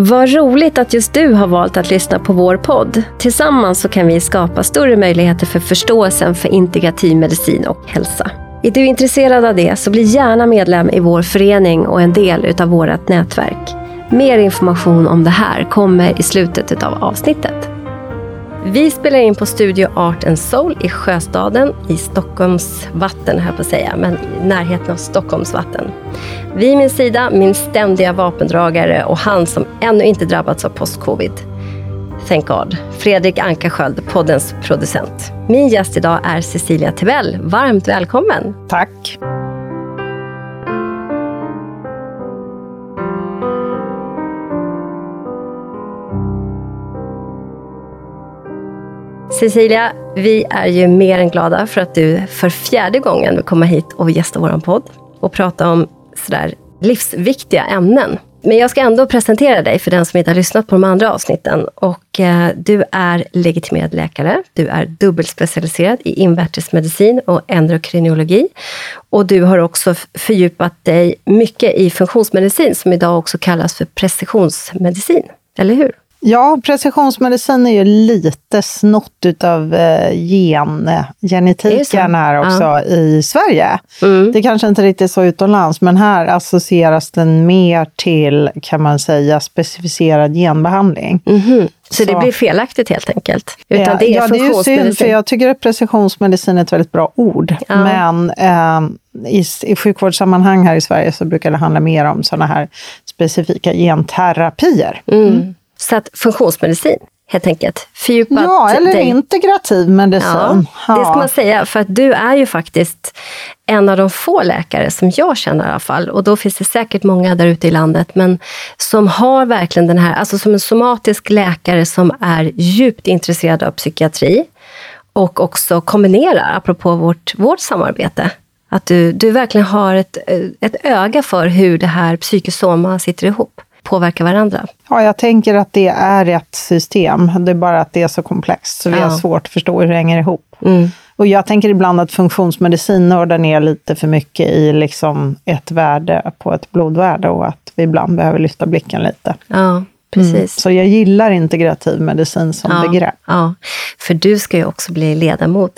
Vad roligt att just du har valt att lyssna på vår podd. Tillsammans så kan vi skapa större möjligheter för förståelsen för integrativ medicin och hälsa. Är du intresserad av det så bli gärna medlem i vår förening och en del utav vårt nätverk. Mer information om det här kommer i slutet av avsnittet. Vi spelar in på Studio Art and Soul i Sjöstaden i Stockholms vatten, här på att säga, men i närheten av Stockholms vatten. Vid min sida, min ständiga vapendragare och han som ännu inte drabbats av post-covid. Thank God. Fredrik Ankarsköld, poddens producent. Min gäst idag är Cecilia Tibell. Varmt välkommen. Tack. Cecilia, vi är ju mer än glada för att du för 4:e gången vill komma hit och gästa vår podd och prata om sådär livsviktiga ämnen. Men jag ska ändå presentera dig för den som inte har lyssnat på de andra avsnitten. Och du är legitimerad läkare, du är dubbelspecialiserad i invärtesmedicin och endokrinologi. Och du har också fördjupat dig mycket i funktionsmedicin som idag också kallas för precisionsmedicin, eller hur? Ja, precisionsmedicin är ju lite snott utav genetiken här också i Sverige. Det kanske inte riktigt så utomlands, men här associeras den mer till, kan man säga, specificerad genbehandling. Så det blir felaktigt helt enkelt? Utan det är det är ju synd, för jag tycker att precisionsmedicin är ett väldigt bra ord. Ja. Men i sjukvårdssammanhang här i Sverige så brukar det handla mer om sådana här specifika genterapier. Så att funktionsmedicin, helt enkelt, fördjupat. Ja, eller integrativ medicin. Ja, det ska man säga, för att du är ju faktiskt en av de få läkare som jag känner i alla fall. Och då finns det säkert många där ute i landet, men som har verkligen den här, alltså som en somatisk läkare som är djupt intresserad av psykiatri. Och också kombinerar, apropå vårt samarbete. Att du verkligen har ett öga för hur det här psykosoma sitter ihop. Påverkar varandra. Ja, jag tänker att det är ett system. Det är bara att det är så komplext så det är svårt att förstå hur det hänger ihop. Och jag tänker ibland att funktionsmedicin nördar ner lite för mycket i liksom ett värde på ett blodvärde och att vi ibland behöver lyfta blicken lite. Ja, precis. Så jag gillar integrativ medicin som begrepp. Ja, för du ska ju också bli ledamot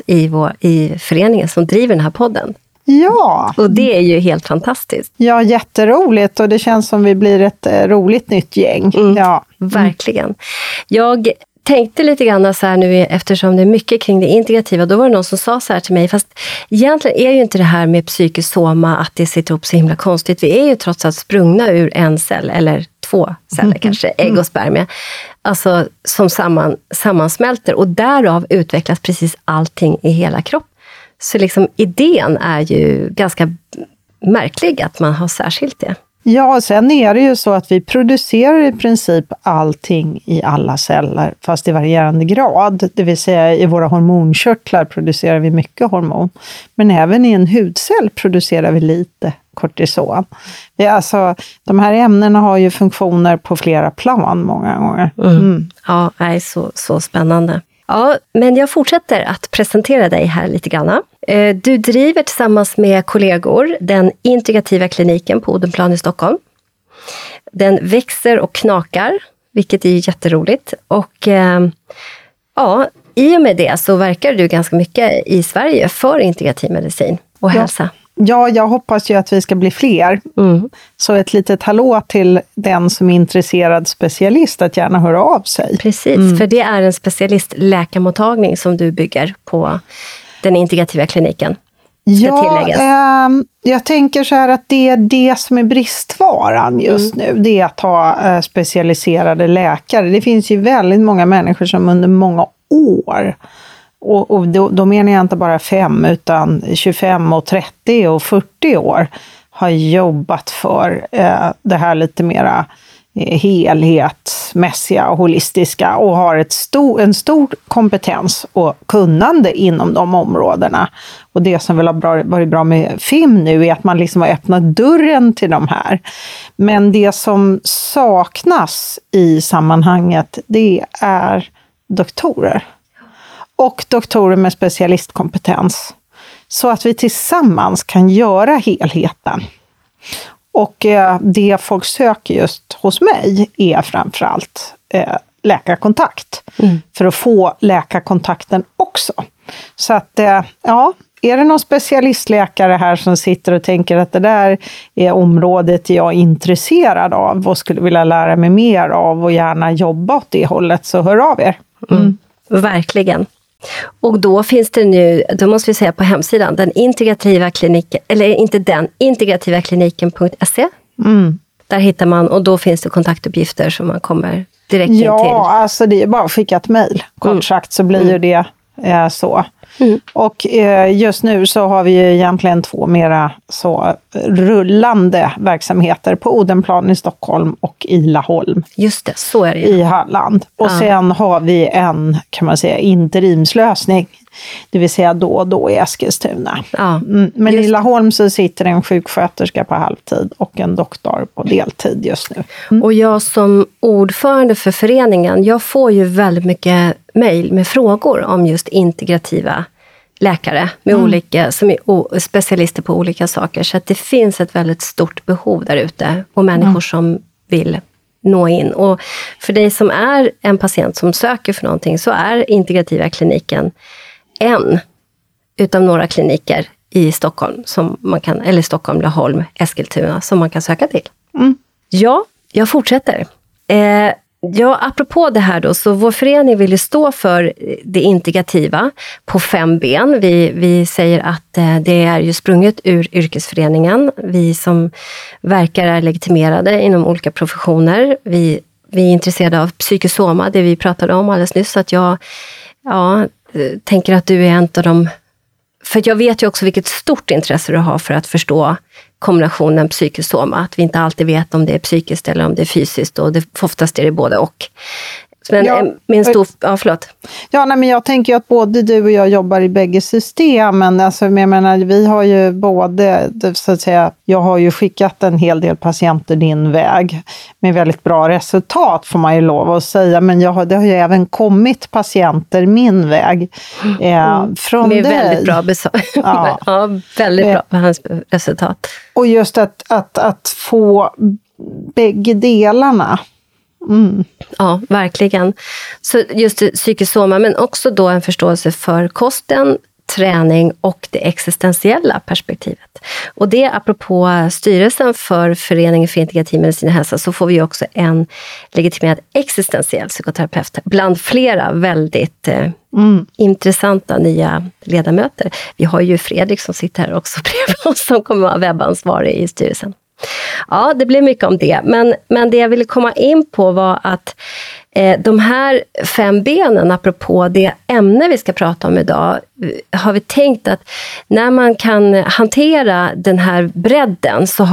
i föreningen som driver den här podden. Ja. Och det är ju helt fantastiskt. Ja, jätteroligt och det känns som vi blir ett roligt nytt gäng. Ja. Verkligen. Jag tänkte lite grann så här nu eftersom det är mycket kring det integrativa. Då var det någon som sa så här till mig, fast egentligen är ju inte det här med psykosoma att det sitter upp så himla konstigt. Vi är ju trots allt sprungna ur en cell eller 2 celler kanske, ägg och spermie. Alltså som sammansmälter och därav utvecklas precis allting i hela kroppen. Så liksom idén är ju ganska märklig att man har särskilt det. Ja, sen är det ju så att vi producerar i princip allting i alla celler, fast i varierande grad. Det vill säga i våra hormonkörtlar producerar vi mycket hormon. Men även i en hudcell producerar vi lite kortison. Alltså, de här ämnena har ju funktioner på flera plan många gånger. Ja, det är så spännande. Ja, men jag fortsätter att presentera dig här lite grann. Du driver tillsammans med kollegor den integrativa kliniken på Odenplan i Stockholm. Den växer och knakar, vilket är jätteroligt. Och i och med det så verkar du ganska mycket i Sverige för integrativ medicin och hälsa. Ja, jag hoppas ju att vi ska bli fler. Så ett litet hallå till den som är intresserad specialist att gärna höra av sig. Precis, för det är en specialistläkarmottagning som du bygger på den integrativa kliniken. Ja, jag tänker så här att det är det som är bristvaran just nu. Det är att ha specialiserade läkare. Det finns ju väldigt många människor som under många år, och då menar jag inte bara 5 utan 25 och 30 och 40 år har jobbat för det här lite mera helhetsmässiga och holistiska och har en stor kompetens och kunnande inom de områdena. Och det som väl har varit bra med FIM nu är att man liksom har öppnat dörren till de här. Men det som saknas i sammanhanget, det är doktorer. Och doktorer med specialistkompetens. Så att vi tillsammans kan göra helheten. Och det folk söker just hos mig är framförallt läkarkontakt. För att få läkarkontakten också. Så att är det någon specialistläkare här som sitter och tänker att det där är området jag är intresserad av och skulle vilja lära mig mer av och gärna jobba åt det hållet, så hör av er. Verkligen. Och då finns det nu, då måste vi säga på hemsidan, den integrativa kliniken, eller inte den, integrativakliniken.se. Där hittar man, och då finns det kontaktuppgifter som man kommer direkt in till. Ja, alltså det är bara att skicka ett mejl. Kort sagt så blir ju det så. Och just nu så har vi ju egentligen 2 mera så rullande verksamheter på Odenplan i Stockholm och i Laholm. Just det, så är det i Halland. Och sen har vi en, kan man säga, interimslösning. Det vill säga då och då i Eskilstuna. Men i Laholm så sitter en sjuksköterska på halvtid och en doktor på deltid just nu. Och jag som ordförande för föreningen, jag får ju väldigt mycket mejl med frågor om just integrativa läkare med olika, som är specialister på olika saker. Så att det finns ett väldigt stort behov där ute och människor som vill nå in. Och för dig som är en patient som söker för någonting, så är integrativa kliniken en utav några kliniker i Stockholm som man kan, eller Stockholm, Laholm, Eskilstuna, som man kan söka till. Ja, jag fortsätter. Apropå det här då, så vår förening vill ju stå för det integrativa på 5 ben. Vi säger att det är ju sprunget ur yrkesföreningen. Vi som verkar är legitimerade inom olika professioner. Vi är intresserade av psykosoma, det vi pratade om alldeles nyss. Så att jag tänker att du är en av dem. För jag vet ju också vilket stort intresse du har för att förstå kombinationen psykosoma. Att vi inte alltid vet om det är psykiskt eller om det är fysiskt. Och oftast är det både och. Men men jag tänker ju att både du och jag jobbar i bägge systemen. Alltså, jag menar, vi har ju både, så att säga, jag har ju skickat en hel del patienter din väg med väldigt bra resultat, får man ju lov att säga. Men det har ju även kommit patienter min väg från med dig. Väldigt bra väldigt bra resultat. Och just att få bägge delarna. Ja, verkligen. Så just psykosoma, men också då en förståelse för kosten, träning och det existentiella perspektivet. Och det apropå styrelsen för Föreningen för integrativ medicin och hälsa, så får vi också en legitimerad existentiell psykoterapeut bland flera väldigt intressanta nya ledamöter. Vi har ju Fredrik som sitter här också bredvid oss, som kommer att vara webbansvarig i styrelsen. Ja, det blir mycket om det. Men det jag ville komma in på var att de här 5 benen, apropå det ämne vi ska prata om idag, har vi tänkt att när man kan hantera den här bredden så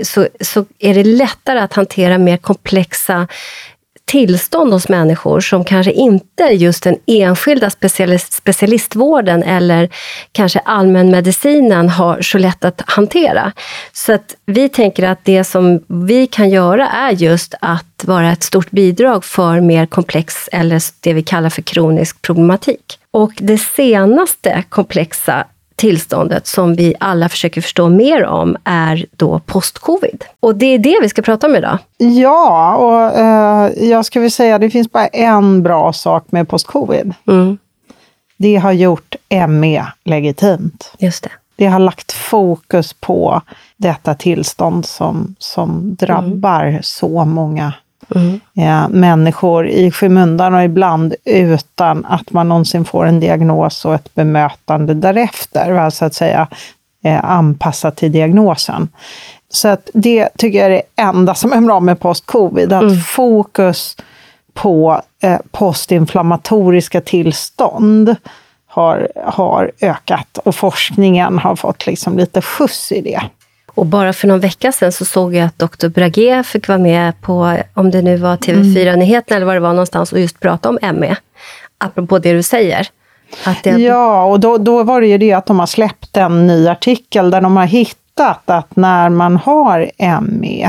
är det lättare att hantera mer komplexa tillstånd hos människor som kanske inte just den enskilda specialistvården eller kanske allmänmedicinen har så lätt att hantera. Så att vi tänker att det som vi kan göra är just att vara ett stort bidrag för mer komplex, eller det vi kallar för kronisk problematik. Och det senaste komplexa tillståndet som vi alla försöker förstå mer om är då post-covid. Och det är det vi ska prata om idag. Ja, och jag ska väl säga att det finns bara en bra sak med post-covid. Det har gjort ME legitimt. Just det. Det har lagt fokus på detta tillstånd som drabbar så många människor i skymundan och ibland utan att man någonsin får en diagnos och ett bemötande därefter, alltså att säga anpassat till diagnosen. Så att det tycker jag är det enda som är bra med post-covid, att fokus på postinflammatoriska tillstånd har ökat och forskningen har fått liksom lite skjuts i det. Och bara för någon vecka sedan så såg jag att Dr. Bragé fick vara med på, om det nu var TV4-nyheterna eller vad det var någonstans, och just prata om ME. Apropå det du säger. Ja, och då var det ju det att de har släppt en ny artikel där de har hittat att när man har ME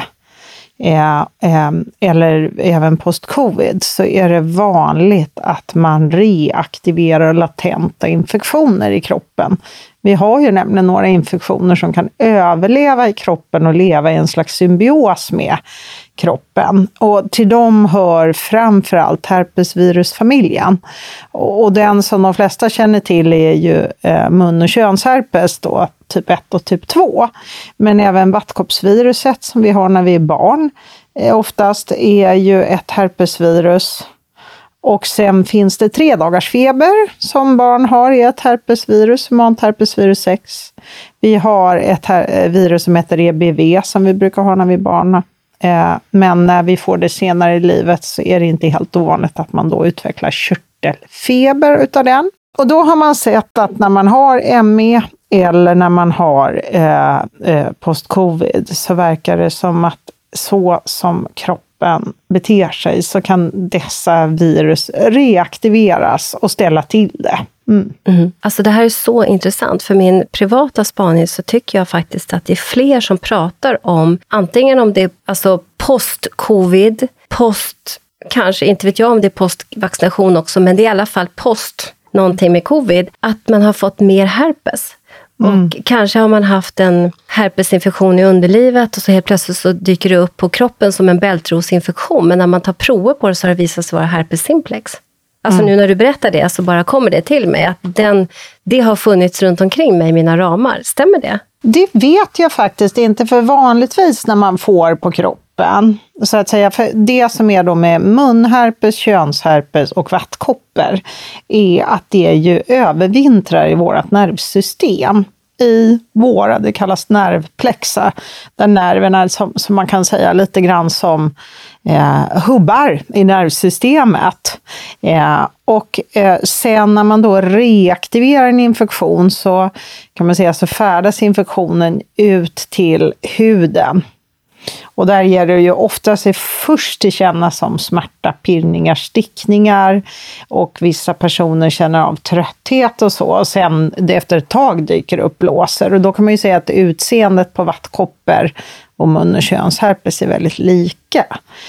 eller även post-covid så är det vanligt att man reaktiverar latenta infektioner i kroppen Vi har ju nämligen några infektioner som kan överleva i kroppen och leva i en slags symbios med kroppen. Och till dem hör framförallt herpesvirusfamiljen. Och den som de flesta känner till är ju mun- och könsherpes då, typ 1 och typ 2. Men även vattkoppsviruset som vi har när vi är barn oftast är ju ett herpesvirus. Och sen finns det 3-dagarsfeber som barn har i ett herpesvirus, humant herpesvirus 6. Vi har ett virus som heter EBV som vi brukar ha när vi är barn. Men när vi får det senare i livet så är det inte helt ovanligt att man då utvecklar körtelfeber utav den. Och då har man sett att när man har ME eller när man har post-covid så verkar det som att så som kroppen beter sig så kan dessa virus reaktiveras och ställa till det. Alltså det här är så intressant. För min privata spaning så tycker jag faktiskt att det är fler som pratar om antingen om det är alltså post-covid, kanske inte vet jag om det är post-vaccination också, men det är i alla fall post någonting med covid, att man har fått mer herpes. Och kanske har man haft en herpesinfektion i underlivet och så helt plötsligt så dyker det upp på kroppen som en bältrosinfektion. Men när man tar prover på det så har det visat sig vara herpes simplex. Alltså nu när du berättar det så bara kommer det till mig att det har funnits runt omkring mig i mina ramar. Stämmer det? Det vet jag faktiskt inte, för vanligtvis när man får på kroppen, så att säga, för det som är då med munherpes, könsherpes och vattkoppor är att det ju övervintrar i vårt nervsystem. I våra, det kallas nervplexa, där nerverna är som man kan säga lite grann som hubbar i nervsystemet. Och sen när man då reaktiverar en infektion så kan man säga så färdas infektionen ut till huden. Och där ger det ju ofta sig först till känna som smärta, pirrningar, stickningar och vissa personer känner av trötthet och så. Och sen efter ett tag dyker upp blåsor och då kan man ju säga att utseendet på vattkoppor och mun- och könsherpes är väldigt lika.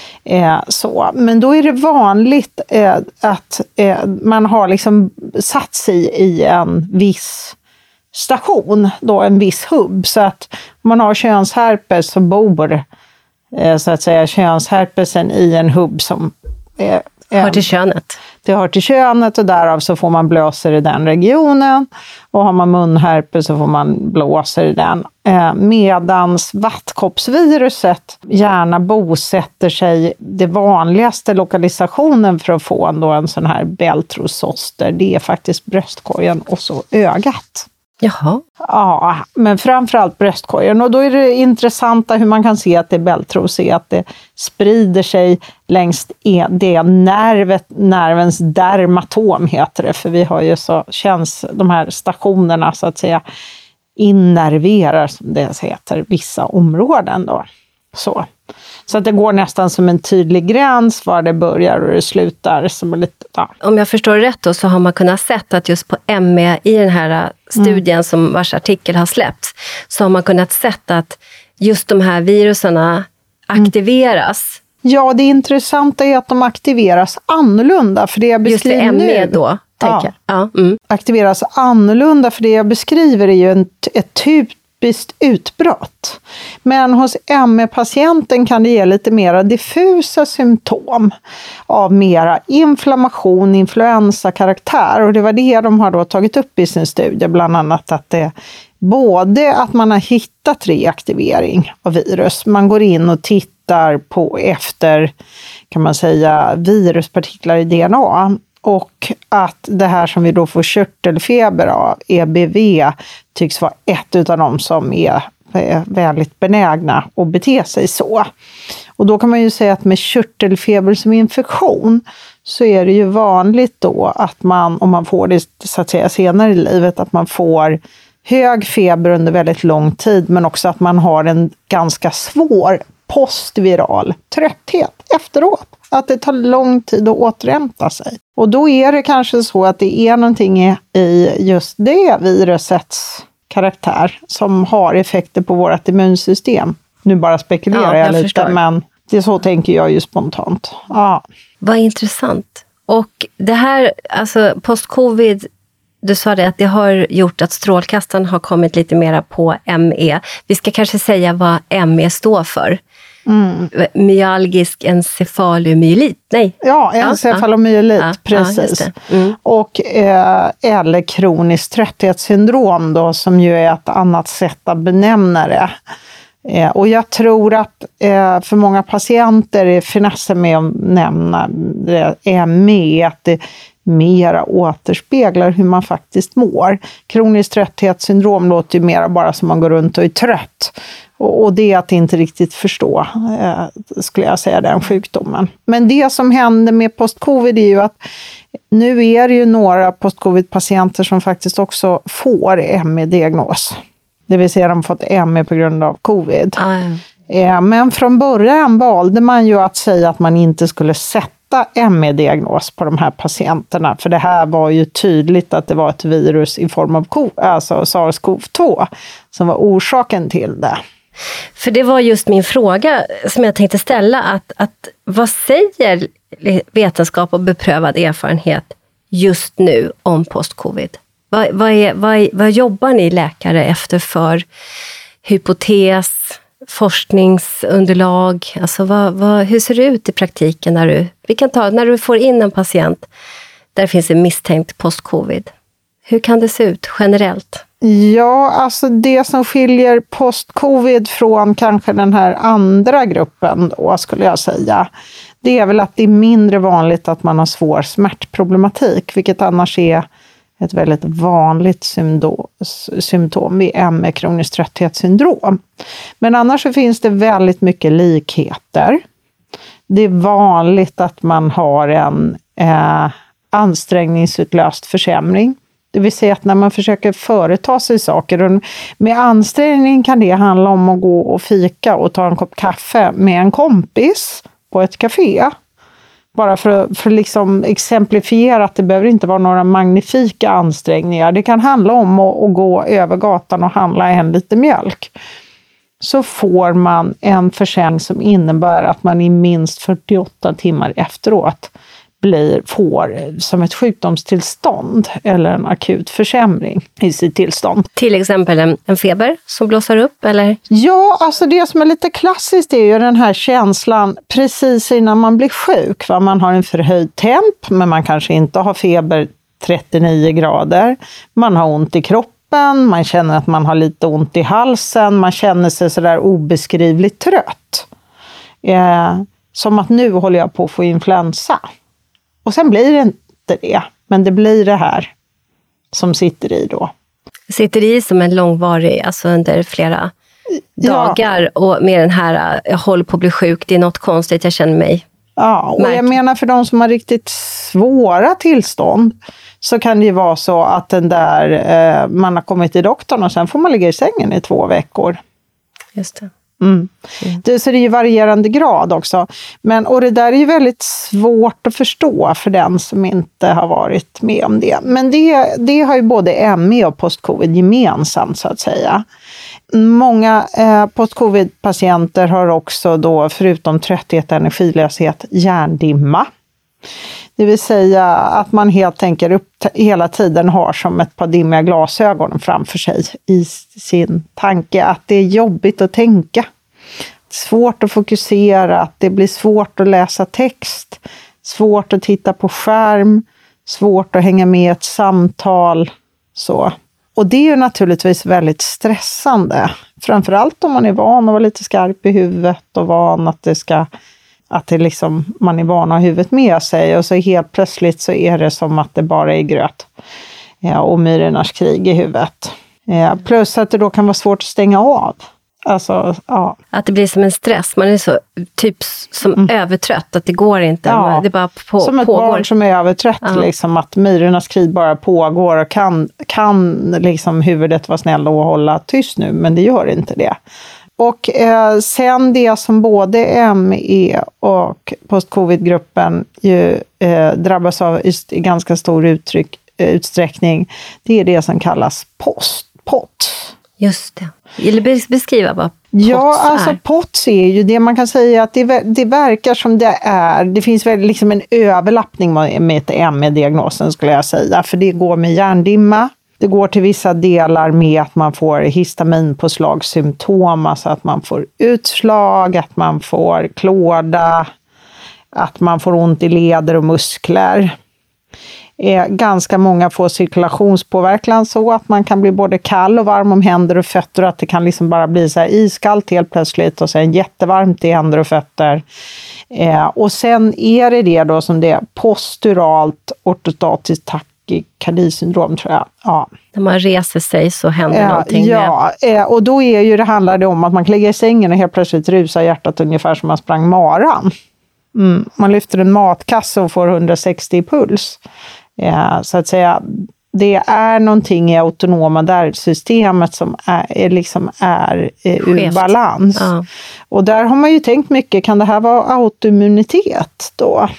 Så. Men då är det vanligt att man har liksom satt sig i en viss station, då en viss hubb. Så att om man har könsherpes så bor så att säga könsherpesen i en hubb som hör till könet. Det hör till könet och därav så får man blåsor i den regionen. Och har man munherpes så får man blåsor i den. Medans vattkoppsviruset gärna bosätter sig, det vanligaste lokalisationen för att få en sån här bältrozoster, det är faktiskt bröstkorgen och så ögat. Jaha. Ja, men framförallt bröstkorgen. Och då är det intressanta hur man kan se att det är bältros är att det sprider sig längs det nervens dermatom heter det. För vi har ju så känns de här stationerna så att säga innerverar som det heter vissa områden då. Så att det går nästan som en tydlig gräns var det börjar och det slutar. Som lite, ja. Om jag förstår rätt då så har man kunnat sett att just på ME i den här studien som vars artikel har släppts så har man kunnat sett att just de här viruserna aktiveras. Ja, det intressanta är att de aktiveras annorlunda för det jag beskriver just det, ME nu. Då, tänker jag. Aktiveras annorlunda för det jag beskriver är ju ett typiskt utbrott. Men hos ME-patienten kan det ge lite mera diffusa symptom av mera inflammation, influensakaraktär. Och det var det de har då tagit upp i sin studie, bland annat att det både att man har hittat reaktivering av virus, man går in och tittar på efter, kan man säga, viruspartiklar i DNA. Och att det här som vi då får körtelfeber av, EBV, tycks vara ett av dem som är väldigt benägna att bete sig så. Och då kan man ju säga att med körtelfeber som infektion så är det ju vanligt då att man, om man får det så att säga senare i livet, att man får hög feber under väldigt lång tid men också att man har en ganska svår postviral trötthet efteråt. Att det tar lång tid att återhämta sig. Och då är det kanske så att det är någonting i just det virusets karaktär som har effekter på vårt immunsystem. Nu bara spekulerar jag lite, förstår. Men det är så tänker jag ju spontant. Ja. Vad intressant. Och det här, alltså post-covid Du sa det att det har gjort att strålkastaren har kommit lite mera på ME. Vi ska kanske säga vad ME står för. Myalgisk encefalomyelit. Nej. Ja, encefalomyelit, precis. Och eller kroniskt trötthetssyndrom då, som ju är ett annat sätt att benämna det. Och jag tror att för många patienter är finessen med att nämna det ME att det mera återspeglar hur man faktiskt mår. Kroniskt trötthetssyndrom låter ju mera bara som man går runt och är trött. Och det är att inte riktigt förstå, skulle jag säga, den sjukdomen. Men det som händer med post-covid är ju att nu är det ju några post-covid-patienter som faktiskt också får ME-diagnos. Det vill säga de har fått ME på grund av covid. Men från början valde man ju att säga att man inte skulle sätta ME-diagnos på de här patienterna. För det här var ju tydligt att det var ett virus i form av SARS-CoV-2 som var orsaken till det. För det var just min fråga som jag tänkte ställa. Att vad säger vetenskap och beprövad erfarenhet just nu om post-covid? Vad jobbar ni läkare efter för hypotes, forskningsunderlag? Alltså hur ser det ut i praktiken när du får in en patient där det finns en misstänkt post-covid? Hur kan det se ut generellt? Ja, alltså det som skiljer post-covid från kanske den här andra gruppen då, skulle jag säga, det är väl att det är mindre vanligt att man har svår smärtproblematik, vilket annars är ett väldigt vanligt symptom vid ME, kroniskt trötthetssyndrom. Men annars så finns det väldigt mycket likheter. Det är vanligt att man har en ansträngningsutlöst försämring. Det vill säga att när man försöker företa sig saker, och med ansträngning kan det handla om att gå och fika och ta en kopp kaffe med en kompis på ett café. Bara för liksom exemplifiera att det behöver inte vara några magnifika ansträngningar. Det kan handla om att gå över gatan och handla en liter mjölk. Så får man en försämring som innebär att man i minst 48 timmar efteråt får som ett sjukdomstillstånd eller en akut försämring i sitt tillstånd. Till exempel en feber som blåser upp, eller? Ja, alltså det som är lite klassiskt är ju den här känslan precis innan man blir sjuk. Va? Man har en förhöjd temp, men man kanske inte har feber 39 grader. Man har ont i kroppen, man känner att man har lite ont i halsen, man känner sig sådär obeskrivligt trött. Som att nu håller jag på att få influensa. Och sen blir det inte det, men det blir det här som sitter i då. Sitter i som en långvarig, alltså under flera dagar, och med den här, jag håller på att bli sjuk, det är något konstigt, jag känner mig. Ja, och jag menar för de som har riktigt svåra tillstånd så kan det ju vara så att den där, man har kommit till doktorn och sen får man ligga i sängen i 2 veckor. Just det. Så det är ju varierande grad också. Och det där är ju väldigt svårt att förstå för den som inte har varit med om det. Men det har ju både ME och post-covid gemensamt, så att säga. Många post-covid-patienter har också då, förutom trötthet och energilöshet, hjärndimma. Det vill säga att man helt enkelt hela tiden har som ett par dimmiga glasögon framför sig i sin tanke, att det är jobbigt att tänka. Svårt att fokusera, att det blir svårt att läsa text, svårt att titta på skärm, svårt att hänga med i ett samtal. Så. Och det är ju naturligtvis väldigt stressande. Framförallt om man är van att vara lite skarp i huvudet och van att det liksom, man är van att ha huvudet med sig, och så helt plötsligt så är det som att det bara är gröt och myrornas krig i huvudet. Plus att det då kan vara svårt att stänga av. Alltså, ja. Att det blir som en stress, man är så typ som övertrött, att det går inte, det bara som ett barn som är övertrött, liksom, att myrornas krig bara pågår, och kan liksom huvudet vara snäll och hålla tyst nu, men det gör inte det. Och sen det som både ME och post-covid-gruppen ju drabbas av i ganska stor utsträckning, det är det som kallas POT. Just det. Eller beskriva vad POTS Ja, alltså är. POTS är ju det man kan säga att det verkar som det är. Det finns väl liksom en överlappning med ME-diagnosen skulle jag säga. För det går med hjärndimma. Det går till vissa delar med att man får histaminpåslagssymptom. Alltså att man får utslag, att man får klåda, att man får ont i leder och muskler. Ganska många får cirkulationspåverkan så att man kan bli både kall och varm om händer och fötter. Att det kan liksom bara bli så här iskallt helt plötsligt och sen jättevarmt i händer och fötter. Och sen är det då som det är posturalt ortostatiskt takykardisyndrom tror jag. Ja. När man reser sig så händer någonting. Ja, och då handlar det om att man kan ligga i sängen och helt plötsligt rusar hjärtat ungefär som man sprang maran. Man lyfter en matkasse och får 160 i puls. Så att säga, det är någonting i autonoma nervsystemet som är ur balans. Ja. Och där har man ju tänkt mycket, kan det här vara autoimmunitet då?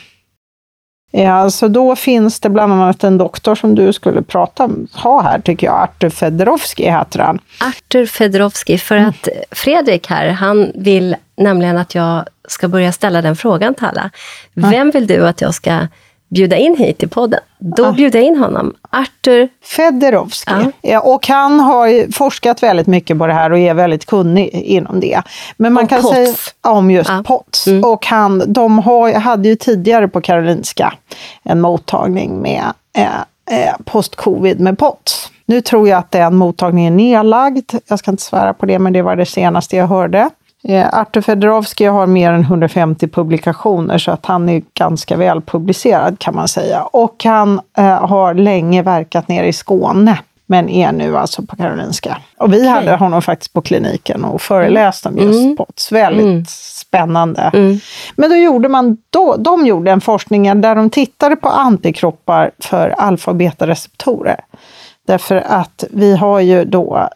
Så då finns det bland annat en doktor som du skulle ha här tycker jag, Artur Fedorovskij heter han. Artur Fedorovskij, för att Fredrik här, han vill nämligen att jag ska börja ställa den frågan till alla. Vem vill du att jag ska bjuda in hit i podden? Då bjuder jag in honom. Artur Fedorovskij. Ja, och han har forskat väldigt mycket på det här och är väldigt kunnig inom det. Men man kan säga om just POTS. Och de hade ju tidigare på Karolinska en mottagning med post-covid med POTS. Nu tror jag att den mottagningen är nedlagd. Jag ska inte svära på det, men det var det senaste jag hörde. Artur Fedorovskij har mer än 150 publikationer så att han är ganska väl publicerad kan man säga. Och han har länge verkat nere i Skåne men är nu alltså på Karolinska. Och vi hade honom faktiskt på kliniken och föreläst om just POTS. Väldigt spännande. Men de gjorde en forskning där de tittade på antikroppar för alfa- och beta-receptorer. Därför att vi har ju då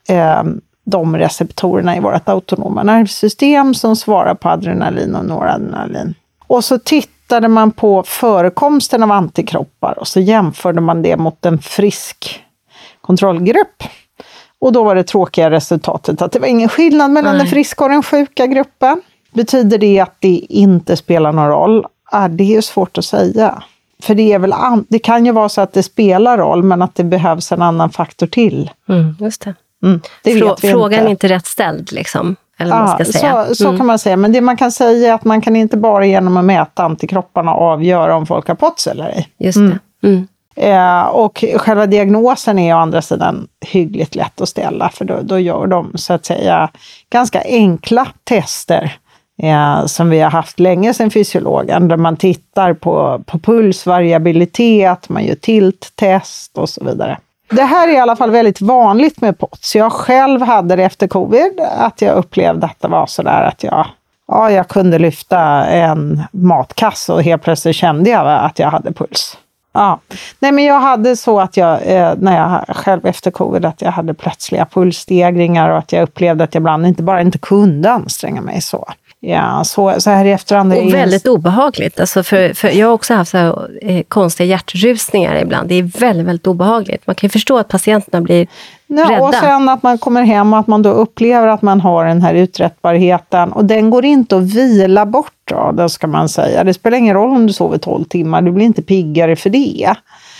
de receptorerna i vårt autonoma nervsystem som svarar på adrenalin och noradrenalin. Och så tittade man på förekomsten av antikroppar och så jämförde man det mot en frisk kontrollgrupp. Och då var det tråkiga resultatet att det var ingen skillnad mellan den friska och den sjuka gruppen. Betyder det att det inte spelar någon roll? Det är ju svårt att säga. För det kan ju vara så att det spelar roll men att det behövs en annan faktor till. Just det. Frågan är inte rätt ställd liksom. Eller man ska säga. Så kan man säga. Men det man kan säga är att man kan inte bara genom att mäta antikropparna avgöra om folk har POTS eller ej. Just det. Och själva diagnosen är å andra sidan hyggligt lätt att ställa. För då gör de så att säga ganska enkla tester. Som vi har haft länge sedan fysiologen. Där man tittar på pulsvariabilitet, man gör tilttest och så vidare. Det här är i alla fall väldigt vanligt med POTS. Jag själv hade det efter covid att jag upplevde att det var sådär att jag kunde lyfta en matkasse och helt plötsligt kände jag att jag hade puls. Ja. Nej, men jag hade så att när jag själv efter covid att jag hade plötsliga pulsstegringar och att jag upplevde att jag ibland inte kunde anstränga mig så. Ja, så här i efterhand. Och väldigt obehagligt. Alltså för jag har också haft så här, konstiga hjärtrusningar ibland. Det är väldigt, väldigt obehagligt. Man kan ju förstå att patienterna blir rädda. Och sen att man kommer hem och att man då upplever att man har den här uträttbarheten. Och den går inte att vila bort då, det ska man säga. Det spelar ingen roll om du sover 12 timmar. Du blir inte piggare för det.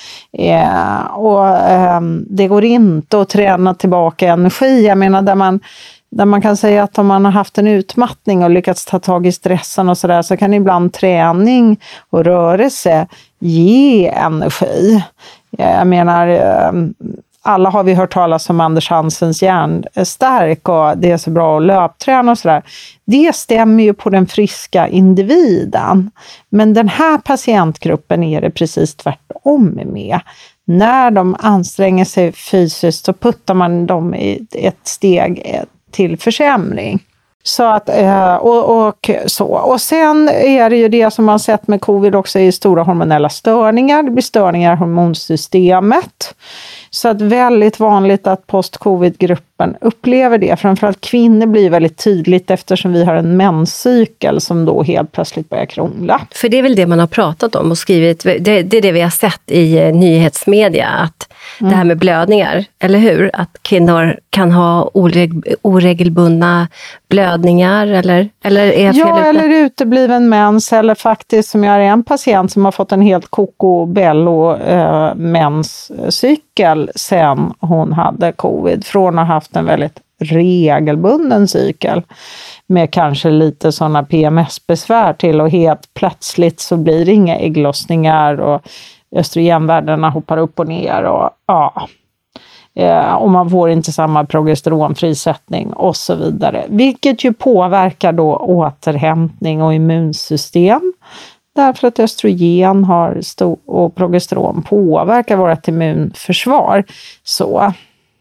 Det går inte att träna tillbaka energi. Jag menar där man kan säga att om man har haft en utmattning och lyckats ta tag i stressen och sådär så kan ibland träning och rörelse ge energi. Jag menar, alla har vi hört talas om Anders Hansens hjärnstark och det är så bra att löpträna och sådär. Det stämmer ju på den friska individen. Men den här patientgruppen är det precis tvärtom med. När de anstränger sig fysiskt så puttar man dem i ett steg till försämring. Så att, och sen är det ju det som man sett med covid också i stora hormonella störningar. Det blir störningar i hormonsystemet. Så att väldigt vanligt att post-covid-grupper gruppen upplever det. Framförallt kvinnor blir väldigt tydligt eftersom vi har en menscykel som då helt plötsligt börjar krångla. För det är väl det man har pratat om och skrivit, det är det vi har sett i nyhetsmedia, att det här med blödningar, eller hur? Att kvinnor kan ha oregelbundna blödningar eller är ja, eller utebliven mens, eller faktiskt som jag är en patient som har fått en helt kokobello menscykel sen hon hade covid, från att ha haft en väldigt regelbunden cykel med kanske lite sådana PMS-besvär till, och helt plötsligt så blir det inga ägglossningar och östrogenvärdena hoppar upp och ner och och man får inte samma progesteronfrisättning och så vidare. Vilket ju påverkar då återhämtning och immunsystem. Därför att östrogen och progesteron påverkar vårt immunförsvar. Så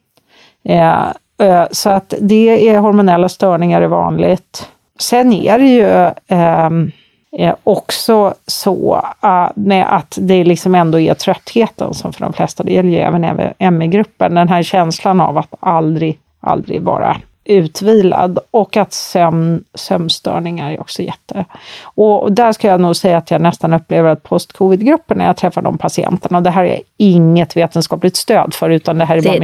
att det är hormonella störningar är vanligt. Sen är det ju också så med att det liksom ändå är tröttheten som för de flesta, det gäller ju även ME-gruppen, den här känslan av att aldrig vara utvilad, och att sömnstörningar är också och där ska jag nog säga att jag nästan upplever att post-covid-gruppen när jag träffar de patienterna, och det här är inget vetenskapligt stöd för, utan det här är bara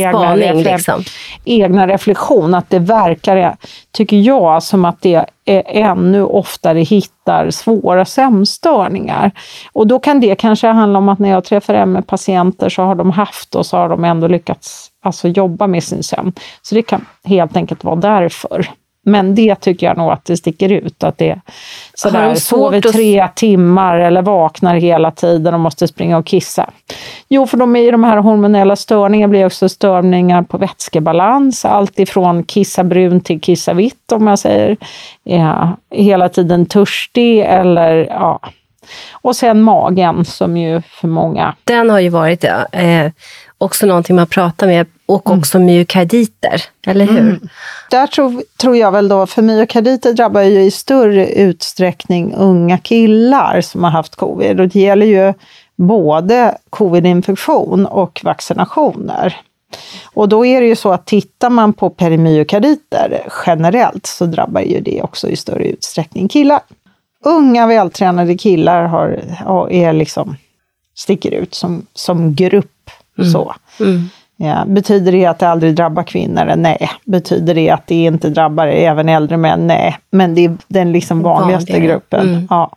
min egna reflektion, att det verkar, tycker jag, som att det ännu oftare hittar svåra sömnstörningar. Och då kan det kanske handla om att när jag träffar ME-patienter så har de haft, och så har de ändå lyckats jobba med sin sömn. Så det kan helt enkelt vara därför. Men det tycker jag nog att det sticker ut, att det sådär, sover 3 timmar eller vaknar hela tiden och måste springa och kissa. Jo, för de här hormonella störningarna blir också störningar på vätskebalans, allt ifrån kissa brun till kissa vitt, om jag säger. Hela tiden törstig eller och sen magen, som ju för många. Den har ju varit också någonting man pratar med, och också myokarditer, eller hur? Där tror jag väl då, för myokarditer drabbar ju i större utsträckning unga killar som har haft covid, och det gäller ju både covid-infektion och vaccinationer. Och då är det ju så att tittar man på perimyokarditer generellt så drabbar ju det också i större utsträckning killar. Unga vältränade killar är liksom sticker ut som grupp. Så. Ja, betyder det att det aldrig drabbar kvinnor? Nej. Betyder det att det inte drabbar även äldre män? Nej. Men det är den liksom vanligaste gruppen. Ja.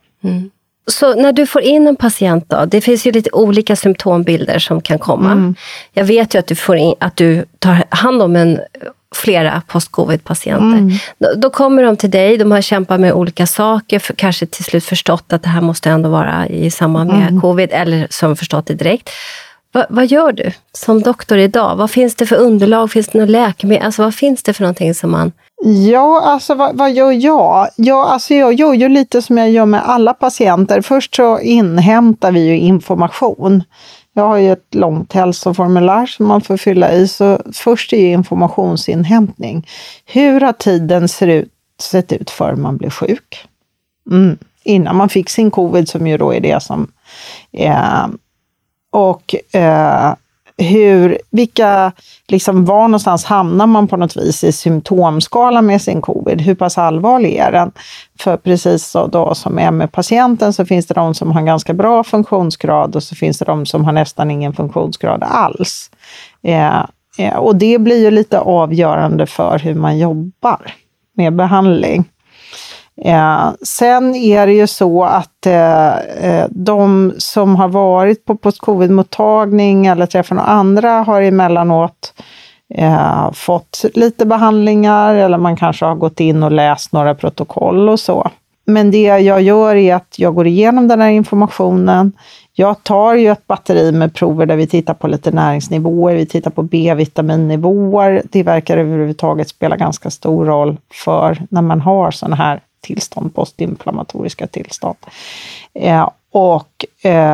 Så när du får in en patient då, det finns ju lite olika symptombilder som kan komma. Jag vet ju att du tar hand om flera post-covid-patienter. Då kommer de till dig, de har kämpat med olika saker, kanske till slut förstått att det här måste ändå vara i samband med covid, eller som förstått det direkt. Vad gör du som doktor idag? Vad finns det för underlag? Finns det något läkemedel? Vad finns det för någonting som man... Ja, vad gör jag? Jag gör ju lite som jag gör med alla patienter. Först så inhämtar vi ju information. Jag har ju ett långt hälsoformulär som man får fylla i. Så först är ju informationsinhämtning. Hur har tiden sett ut för man blir sjuk? Innan man fick sin covid, som ju då är det som... var någonstans hamnar man på något vis i symptomskalan med sin covid? Hur pass allvarlig är den? För precis så då som är med patienten, så finns det de som har en ganska bra funktionsgrad, och så finns det de som har nästan ingen funktionsgrad alls. Och det blir ju lite avgörande för hur man jobbar med behandling. Sen är det ju så att de som har varit på post-covid-mottagning eller träffat några andra har emellanåt fått lite behandlingar, eller man kanske har gått in och läst några protokoll och så. Men det jag gör är att jag går igenom den här informationen. Jag tar ju ett batteri med prover där vi tittar på lite näringsnivåer, vi tittar på B-vitaminnivåer. Det verkar överhuvudtaget spela ganska stor roll för när man har sådana här tillstånd, postinflammatoriska tillstånd. Och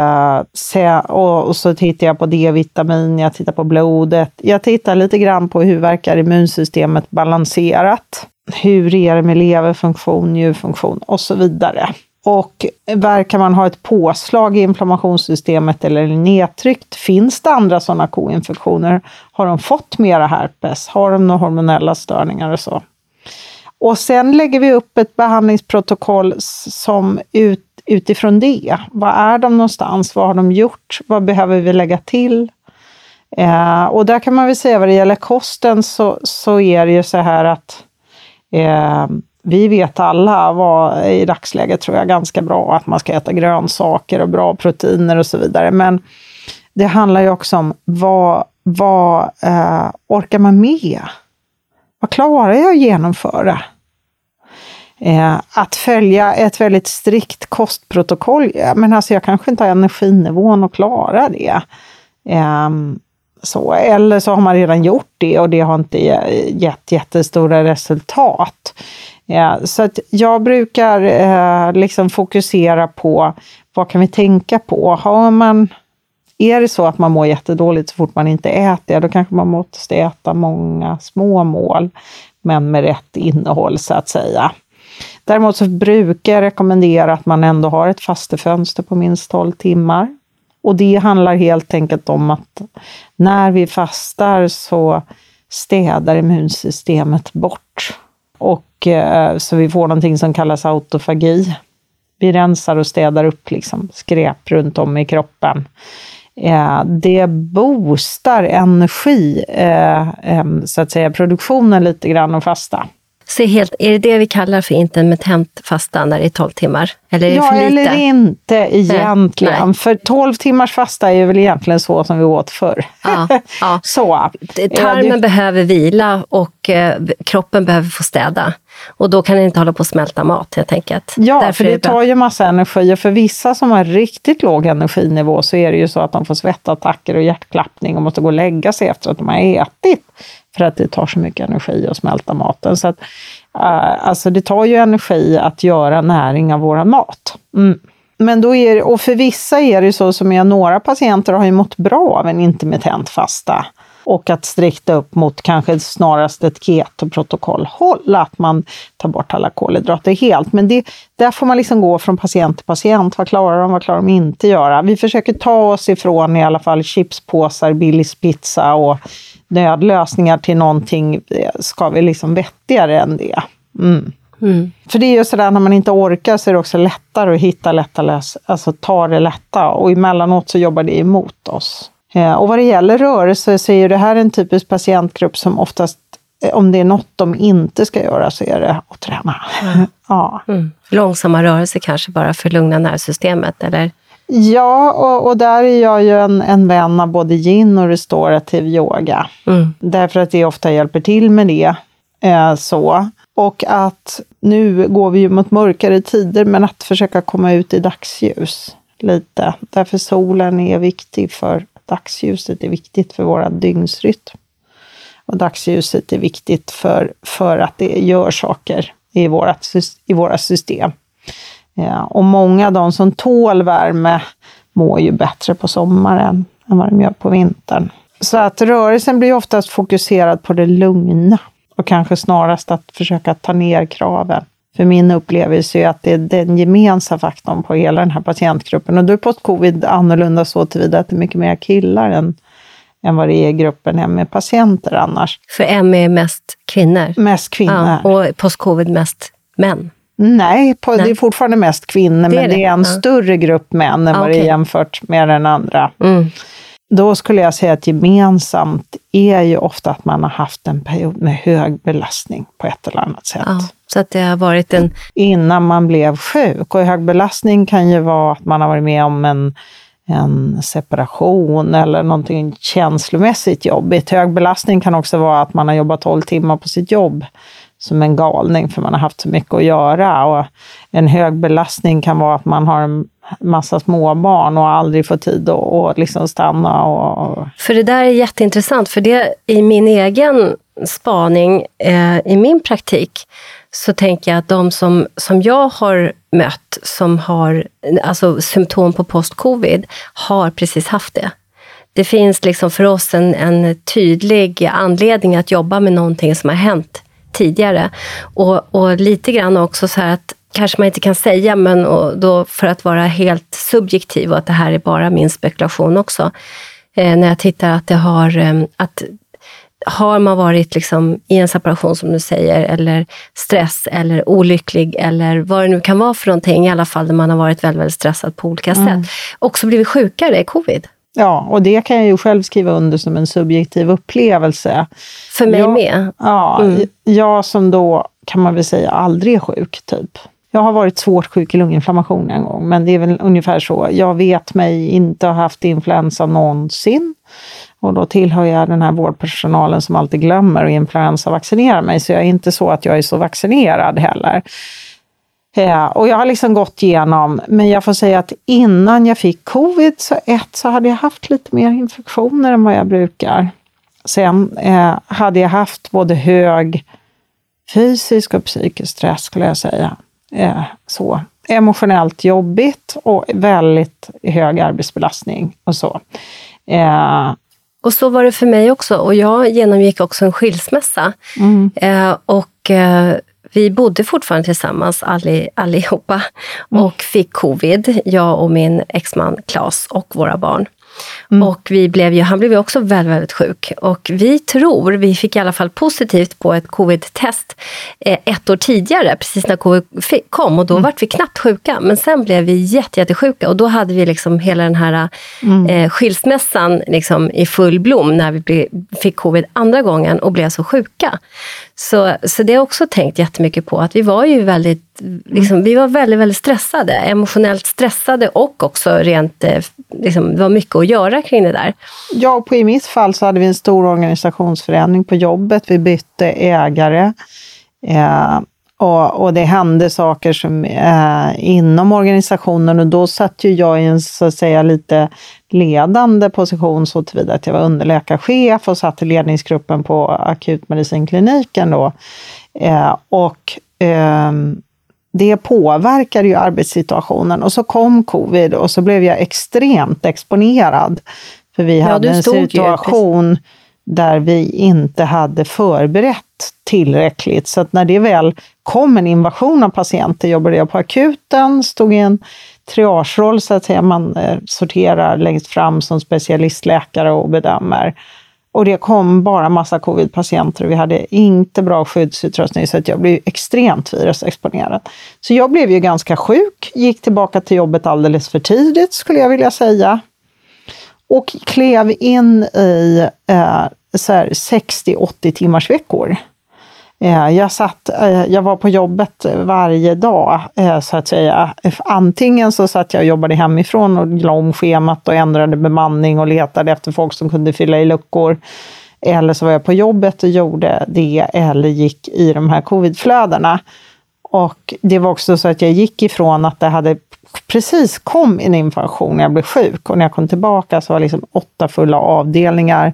så tittar jag på D-vitamin, jag tittar på blodet. Jag tittar lite grann på hur verkar immunsystemet balanserat. Hur är det med leverfunktion, njurfunktion och så vidare. Och verkar man ha ett påslag i inflammationssystemet eller nedtryckt? Finns det andra sådana koinfektioner? Har de fått mera herpes? Har de några hormonella störningar och så? Och sen lägger vi upp ett behandlingsprotokoll som utifrån det. Vad är de någonstans? Vad har de gjort? Vad behöver vi lägga till? Och där kan man väl säga vad det gäller kosten så är det ju så här att vi vet alla vad i dagsläget tror jag ganska bra att man ska äta grönsaker och bra proteiner och så vidare. Men det handlar ju också om vad orkar man med? Vad klarar jag att genomföra? Att följa ett väldigt strikt kostprotokoll. Men alltså jag kanske inte har energinivån att klara det. Eller så har man redan gjort det och det har inte gett jättestora resultat. Så att jag brukar liksom fokusera på vad kan vi tänka på. Är det så att man mår jättedåligt så fort man inte äter, då kanske man måste äta många små mål men med rätt innehåll så att säga. Däremot så brukar jag rekommendera att man ändå har ett fastefönster på minst 12 timmar. Och det handlar helt enkelt om att när vi fastar så städar immunsystemet bort. Och så vi får någonting som kallas autofagi. Vi rensar och städar upp liksom skräp runt om i kroppen. Det boostar energi, så att säga, produktionen lite grann och fasta. Så är det vi kallar för intermittent fasta när det är 12 timmar? Eller är det för lite? Eller inte egentligen. Nej. För 12 timmars fasta är ju väl egentligen så som vi åt förr. Ja. Så. Tarmen behöver vila och kroppen behöver få städa. Och då kan den inte hålla på att smälta mat helt enkelt. Ja, därför för det tar ju massa energi. Och för vissa som har riktigt låg energinivå så är det ju så att de får svettattacker och hjärtklappning och måste gå och lägga sig efter att de har ätit. För att det tar så mycket energi att smälta maten. Så att, alltså det tar ju energi att göra näring av våran mat. Men då och för vissa är det så som några patienter har ju mått bra av en intermittent fasta. Och att strikta upp mot kanske snarast ett ketoprotokoll. Att man tar bort alla kolhydrater helt. Men där får man liksom gå från patient till patient. Vad klarar de inte göra? Vi försöker ta oss ifrån i alla fall chipspåsar, Billys pizza och nödlösningar till någonting. Ska vi liksom vettigare än det. För det är ju sådär när man inte orkar så är det också lättare att hitta alltså ta det lätta. Och emellanåt så jobbar det emot oss. Och vad det gäller rörelse så är ju det här en typisk patientgrupp som oftast, om det är något de inte ska göra så är det att träna. Ja. Långsamma rörelser kanske bara för att lugna nervsystemet, eller? Ja, och där är jag ju en vän av både yin och restorativ yoga. Därför att det ofta hjälper till med det. Så. Och att nu går vi ju mot mörkare tider, men att försöka komma ut i dagsljus lite. Därför solen är viktig för dagsljuset är viktigt för vår dygnsrytm. Och dagsljuset är viktigt för att det gör saker i våra system. Och många av de som tål värme mår ju bättre på sommaren än vad de gör på vintern. Så att rörelsen blir oftast fokuserad på det lugna. Och kanske snarast att försöka ta ner kraven. För min upplevelse är att det är den gemensamma faktorn på hela den här patientgruppen. Och då är post-covid annorlunda så tillvida att det är mycket mer killar än vad det är i gruppen med patienter annars. För M är mest kvinnor? Mest kvinnor. Ja, och post-covid mest män? Nej, det är fortfarande mest kvinnor, men det är en större grupp män än vad det är jämfört med den andra. Då skulle jag säga att gemensamt är ju ofta att man har haft en period med hög belastning på ett eller annat sätt. Ja, så att det har varit innan man blev sjuk. Och hög belastning kan ju vara att man har varit med om en separation eller någonting känslomässigt jobbigt. Hög belastning kan också vara att man har jobbat 12 timmar på sitt jobb som en galning för man har haft så mycket att göra. Och en hög belastning kan vara att man har en massa småbarn och aldrig får tid att liksom stanna. För det där är jätteintressant, för det i min egen spaning, i min praktik, så tänker jag att de som jag har mött som har alltså symptom på post-covid har precis haft det. Det finns liksom för oss en tydlig anledning att jobba med någonting som har hänt tidigare. Och lite grann också så här att kanske man inte kan säga, men då för att vara helt subjektiv och att det här är bara min spekulation också. När jag tittar att det har man varit liksom i en separation som du säger, eller stress eller olycklig eller vad det nu kan vara för någonting, i alla fall där man har varit väldigt, väldigt stressad på olika sätt. Också blivit sjukare i covid. Ja, och det kan jag ju själv skriva under som en subjektiv upplevelse. För mig med. Ja, jag som då kan man väl säga aldrig är sjuk typ. Jag har varit svårt sjuk i lunginflammation en gång, men det är väl ungefär så. Jag vet mig inte ha haft influensa någonsin. Och då tillhör jag den här vårdpersonalen som alltid glömmer att influensa-vaccinera mig. Så jag är inte så att jag är så vaccinerad heller. Och jag har liksom gått igenom, men jag får säga att innan jag fick covid så hade jag haft lite mer infektioner än vad jag brukar. Sen hade jag haft både hög fysisk och psykisk stress, skulle jag säga. Så emotionellt jobbigt och väldigt hög arbetsbelastning och så. Och så var det för mig också, och jag genomgick också en skilsmässa. Vi bodde fortfarande tillsammans allihopa och fick covid, jag och min exman Claes och våra barn. Och han blev ju också väldigt, väldigt sjuk. Och vi fick i alla fall positivt på ett covid-test 1 år tidigare, precis när covid kom. Och då var vi knappt sjuka, men sen blev vi jättesjuka. Och då hade vi liksom hela den här skilsmässan liksom i full blom när vi fick covid andra gången och blev så sjuka. Så det har jag också tänkt jättemycket på, att vi var ju väldigt, vi var väldigt, väldigt stressade, emotionellt stressade och också rent, det var mycket att göra kring det där. Ja, i mitt fall så hade vi en stor organisationsförändring på jobbet. Vi bytte ägare och det hände saker som inom organisationen, och då satt ju jag i en så att säga lite ledande position så tillvida att jag var underläkarchef och satt i ledningsgruppen på akutmedicinkliniken då. Det påverkade ju arbetssituationen, och så kom covid och så blev jag extremt exponerad. För vi hade en situation där vi inte hade förberett tillräckligt. Så att när det väl kom en invasion av patienter jobbade jag på akuten, stod i en triageroll så att säga, man sorterar längst fram som specialistläkare och bedömer. Och det kom bara massa covid-patienter och vi hade inte bra skyddsutrustning, så att jag blev extremt virusexponerad. Så jag blev ju ganska sjuk, gick tillbaka till jobbet alldeles för tidigt skulle jag vilja säga. Och klev in i 60-80 timmars veckor. Jag var på jobbet varje dag så att säga. Antingen så satt jag och jobbade hemifrån och la om schemat och ändrade bemanning och letade efter folk som kunde fylla i luckor. Eller så var jag på jobbet och gjorde det, eller gick i de här covidflödena. Och det var också så att jag gick ifrån att det hade precis kom en infektion när jag blev sjuk. Och när jag kom tillbaka så var det liksom 8 fulla avdelningar.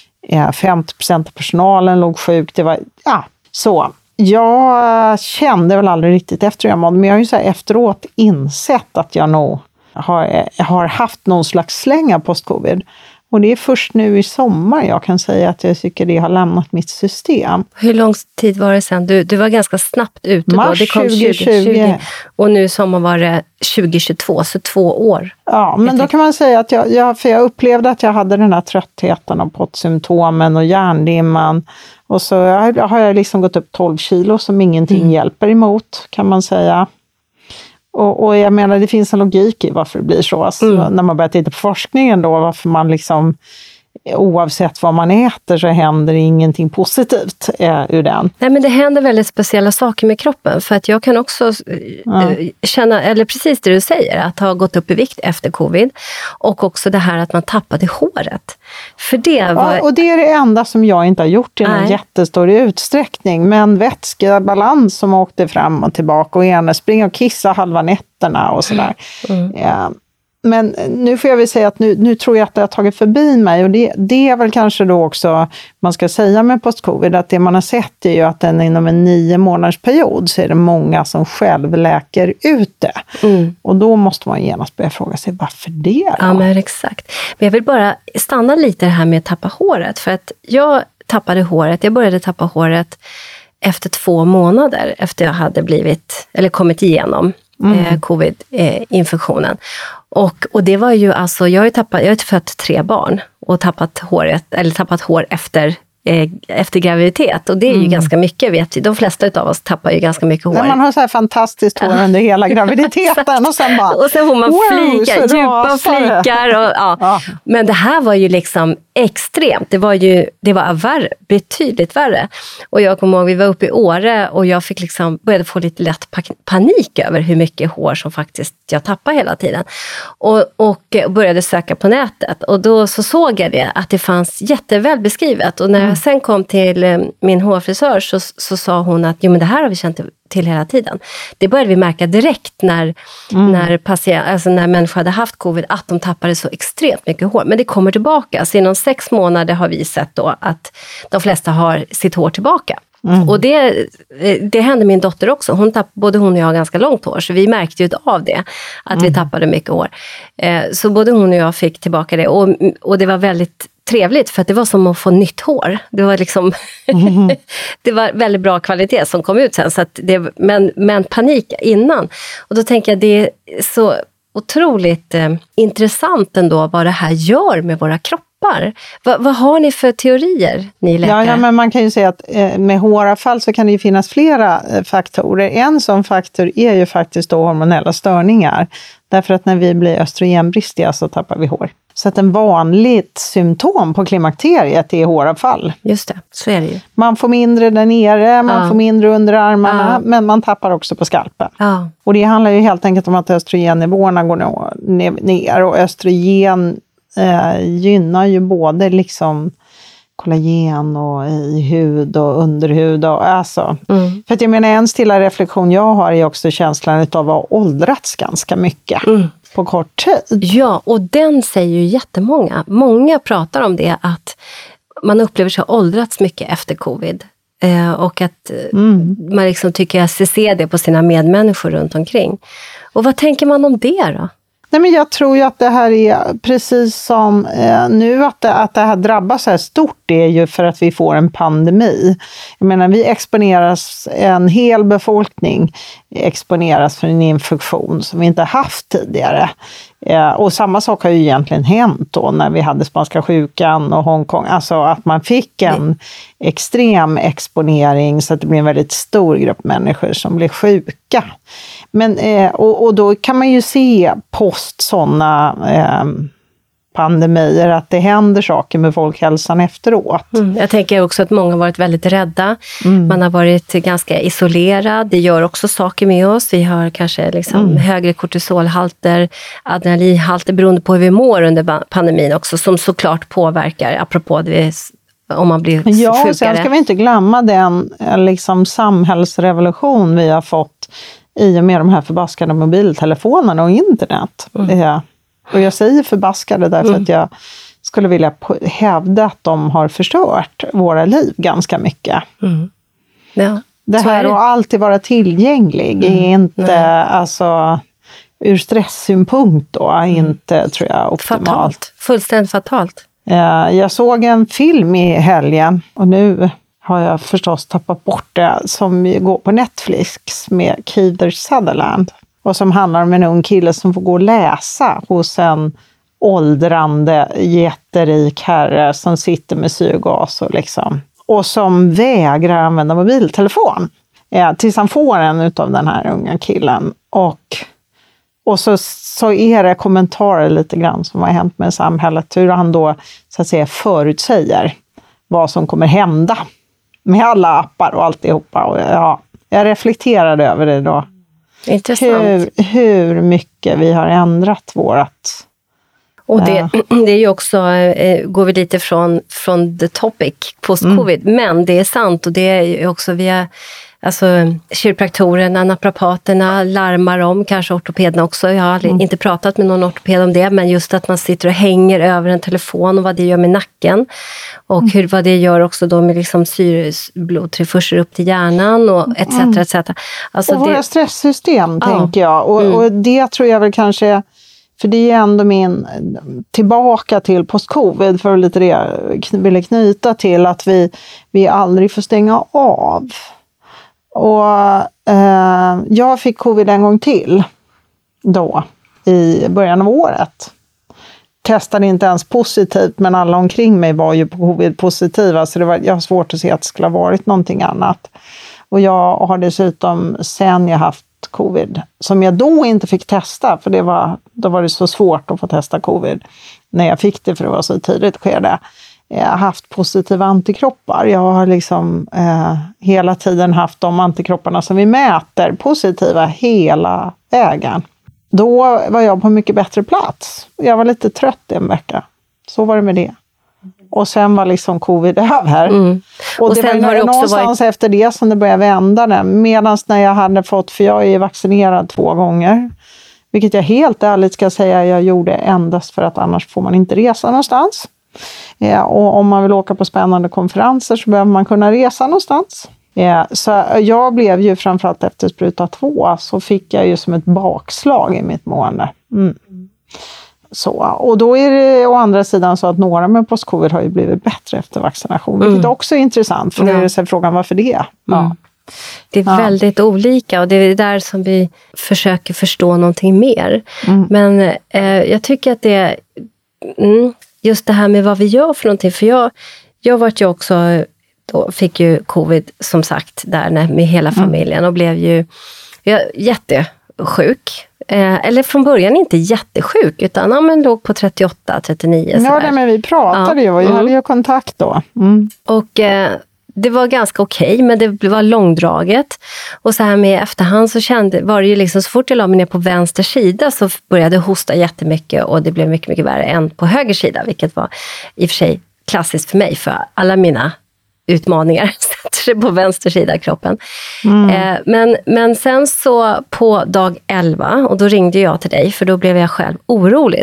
50% av personalen låg sjuk. Det var, så. Jag kände väl aldrig riktigt efter hur jag mådde, men jag har ju så här efteråt insett att jag nog har haft någon slags slänga post-covid. Och det är först nu i sommar jag kan säga att jag tycker det har lämnat mitt system. Hur lång tid var det sedan? Du var ganska snabbt ute Mars då. Det kom 2020 och nu sommar var det 2022, så 2 år. Ja, men då kan man säga att jag upplevde att jag hade den här tröttheten och pottsymptomen och hjärndimman. Och så har jag liksom gått upp 12 kilo som ingenting hjälper emot, kan man säga. Och jag menar, det finns en logik i varför det blir så. Alltså, när man börjar titta på forskningen då, varför man liksom, oavsett vad man äter så händer ingenting positivt ur den. Nej, men det händer väldigt speciella saker med kroppen. För att jag kan också känna, eller precis det du säger, att ha gått upp i vikt efter covid. Och också det här att man tappade håret. För det var... Ja, och det är det enda som jag inte har gjort i någon jättestor utsträckning. Men vätskebalans som åkte fram och tillbaka och gärna springa och kissa halva nätterna och sådär. Men nu får jag väl säga att nu tror jag att det har tagit förbi mig, och det är väl kanske då också man ska säga med post-covid, att det man har sett är ju att inom en 9 månaders period så är det många som själv läker ut det. Och då måste man genast börja fråga sig, varför det då? Ja, men exakt. Men jag vill bara stanna lite här med att tappa håret, för att jag började tappa håret efter 2 månader efter jag hade kommit igenom covid-infektionen. Och det var ju alltså, jag har fött 3 barn och tappat hår efter graviditet. Och det är ju ganska mycket, vet vi. De flesta av oss tappar ju ganska mycket hår. Men man har så här fantastiskt hår under hela graviditeten och sen bara... Och sen får man djupa flikar. Ja. Men det här var ju liksom extremt. Det var värre, betydligt värre. Och jag kommer ihåg, vi var uppe i Åre och jag fick började få lite lätt panik över hur mycket hår som faktiskt jag tappade hela tiden. Och började söka på nätet. Och då så såg jag det, att det fanns jätteväl beskrivet. Och när jag sen kom till min hårfrisör så sa hon att men det här har vi känt till hela tiden. Det började vi märka direkt när människor hade haft covid, att de tappade så extremt mycket hår. Men det kommer tillbaka. Så inom 6 månader har vi sett då att de flesta har sitt hår tillbaka. Och det hände min dotter också. Både hon och jag har ganska långt hår, så vi märkte ju av det, att vi tappade mycket hår. Så både hon och jag fick tillbaka det, och det var väldigt trevligt, för att det var som att få nytt hår. Det var det var väldigt bra kvalitet som kom ut sen, så att men panik innan. Och då tänker jag, det är så otroligt intressant ändå vad det här gör med våra kroppar. Vad har ni för teorier, ni läkare? Ja, men man kan ju säga att med håravfall så kan det ju finnas flera faktorer. En sån faktor är ju faktiskt då hormonella störningar. Därför att när vi blir östrogenbristiga så tappar vi hår. Så att en vanligt symptom på klimakteriet är håravfall. Just det, så är det ju. Man får mindre där nere, man får mindre under armarna, men man tappar också på skalpen. Ja. Och det handlar ju helt enkelt om att östrogennivåerna går ner. Och östrogen gynnar ju både kollagen och i hud och underhud. För att jag menar, en stilla reflektion jag har är också känslan av att ha åldrats ganska mycket på kort tid. Ja, och den säger ju jättemånga. Många pratar om det, att man upplever sig ha åldrats mycket efter covid. Och att man tycker att se det på sina medmänniskor runt omkring. Och vad tänker man om det då? Nej, men jag tror ju att det här är precis som nu, att det här drabbar så här stort, det är ju för att vi får en pandemi. Jag menar, vi exponeras, en hel befolkning exponeras för en infektion som vi inte haft tidigare. Och samma sak har ju egentligen hänt då när vi hade spanska sjukan och Hongkong. Alltså att man fick en extrem exponering, så att det blir en väldigt stor grupp människor som blir sjuka. Men, och då kan man ju se post sådana pandemier att det händer saker med folkhälsan efteråt. Jag tänker också att många har varit väldigt rädda. Man har varit ganska isolerad. Det gör också saker med oss. Vi har kanske högre kortisolhalter, adrenalinhalter, beroende på hur vi mår under pandemin också, som såklart påverkar, apropå det, om man blir sjukare. Ja, sen ska vi inte glömma den samhällsrevolution vi har fått i och med de här förbaskade mobiltelefonerna och internet. Och jag säger förbaskade därför att jag skulle vilja hävda att de har förstört våra liv ganska mycket. Ja, det här att alltid vara tillgänglig är inte, ur stresssynpunkt då, inte, tror jag, optimalt. Fatalt. Fullständigt fatalt. Jag såg en film i helgen, och nu har jag förstås tappat bort det, som går på Netflix med Kiefer Sutherland. Och som handlar om en ung kille som får gå och läsa hos en åldrande jätterik herre som sitter med syrgas och som vägrar använda mobiltelefon. Tills han får en utav den här unga killen. Och så är det kommentarer lite grann som har hänt med samhället. Hur han då, så att säga, förutsäger vad som kommer hända med alla appar och alltihopa. Och jag reflekterade över det då. Intressant. Hur mycket vi har ändrat vårat. Och det är ju också, går vi lite från the topic, post-covid. Men det är sant, och det är ju också kiropraktorerna, naprapaterna larmar om, kanske ortopederna också. Jag har inte pratat med någon ortoped om det, men just att man sitter och hänger över en telefon och vad det gör med nacken. Och vad det gör också då med blodtillförsel upp till hjärnan och etc. etc. Alltså och våra stresssystem, tänker jag. Och det tror jag väl kanske, för det är ändå min tillbaka till post-covid, för lite det jag ville knyta till, att vi aldrig får stänga av. Och jag fick covid en gång till då i början av året. Testade inte ens positivt, men alla omkring mig var ju covid-positiva, så jag har svårt att se att det skulle ha varit någonting annat. Och jag har dessutom sen jag haft covid, som jag då inte fick testa, för då var det så svårt att få testa covid när jag fick det, för det var så tidigt skede. Jag har haft positiva antikroppar. Jag har liksom hela tiden haft de antikropparna som vi mäter positiva hela vägen. Då var jag på mycket bättre plats. Jag var lite trött en vecka. Så var det med det. Och sen var liksom covid över. Och det sen var ju någonstans efter det som det började vända. Medan när jag hade fått, för jag är vaccinerad 2 gånger. Vilket jag helt ärligt ska säga jag gjorde endast för att annars får man inte resa någonstans. Och om man vill åka på spännande konferenser så behöver man kunna resa någonstans. Så jag blev ju framförallt efter spruta 2 så fick jag ju som ett bakslag i mitt mående. Så, och då är det å andra sidan så att några med post-covid har ju blivit bättre efter vaccination. Vilket också är intressant, för då är det så frågan varför det? Ja. Det är väldigt olika och det är där som vi försöker förstå någonting mer. Men jag tycker att det är just det här med vad vi gör för någonting. För jag vart ju också, då fick ju covid som sagt där med hela familjen och blev ju jättesjuk. Eller från början inte jättesjuk utan men låg på 38, 39. Ja, men vi pratade ju och jag hade ju kontakt då. Och det var ganska okej, men det var långdraget. Och så här med efterhand så var det ju liksom, så fort jag la mig ner på vänster sida så började jag hosta jättemycket och det blev mycket, mycket värre än på höger sida, vilket var i och för sig klassiskt för mig, för alla mina utmaningar sätter sig på vänster sida av kroppen. Men sen så på dag 11, och då ringde jag till dig för då blev jag själv orolig.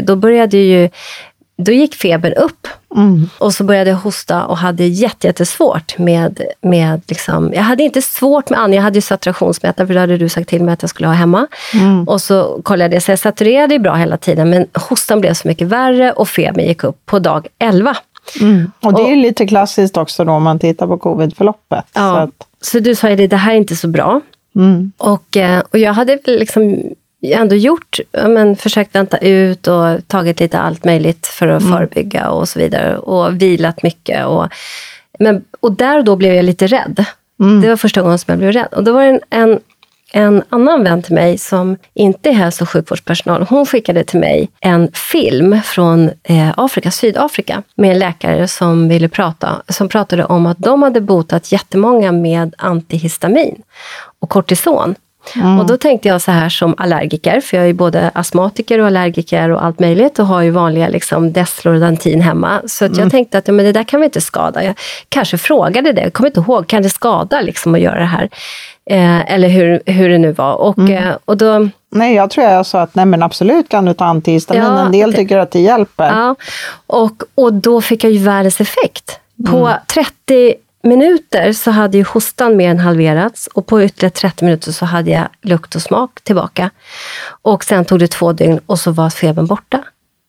Då gick febern upp och så började jag hosta och hade jättesvårt med liksom, jag hade inte svårt med andning, jag hade ju saturationsmätare för då hade du sagt till mig att jag skulle ha hemma. Och så kollade jag, så jag saturerade ju bra hela tiden, men hostan blev så mycket värre och febern gick upp på dag 11. Och det är lite klassiskt också då om man tittar på covid-förloppet. Ja, så du sa ju det här är inte så bra. Och jag hade liksom ändå försökt vänta ut och tagit lite allt möjligt för att förebygga och så vidare. Och vilat mycket. Och där och då blev jag lite rädd. Det var första gången som jag blev rädd. Och då var det en annan vän till mig som inte är hälso- och sjukvårdspersonal. Hon skickade till mig en film från Sydafrika med en läkare som pratade om att de hade botat jättemånga med antihistamin och kortison. Och då tänkte jag så här som allergiker, för jag är både astmatiker och allergiker och allt möjligt och har ju vanliga liksom Deslordantin hemma. Så att jag tänkte att men det där kan vi inte skada. Jag kanske frågade det, jag kommer inte ihåg, kan det skada liksom att göra det här? Eller hur det nu var. Och då... Nej, jag tror jag sa att nej men absolut kan du ta antihistamin. En del tycker att det hjälper. Ja, och då fick jag ju världens effekt. På 30 minuter så hade ju hostan mer än halverats och på ytterligare 30 minuter så hade jag lukt och smak tillbaka. Och sen tog det 2 dygn och så var febern borta.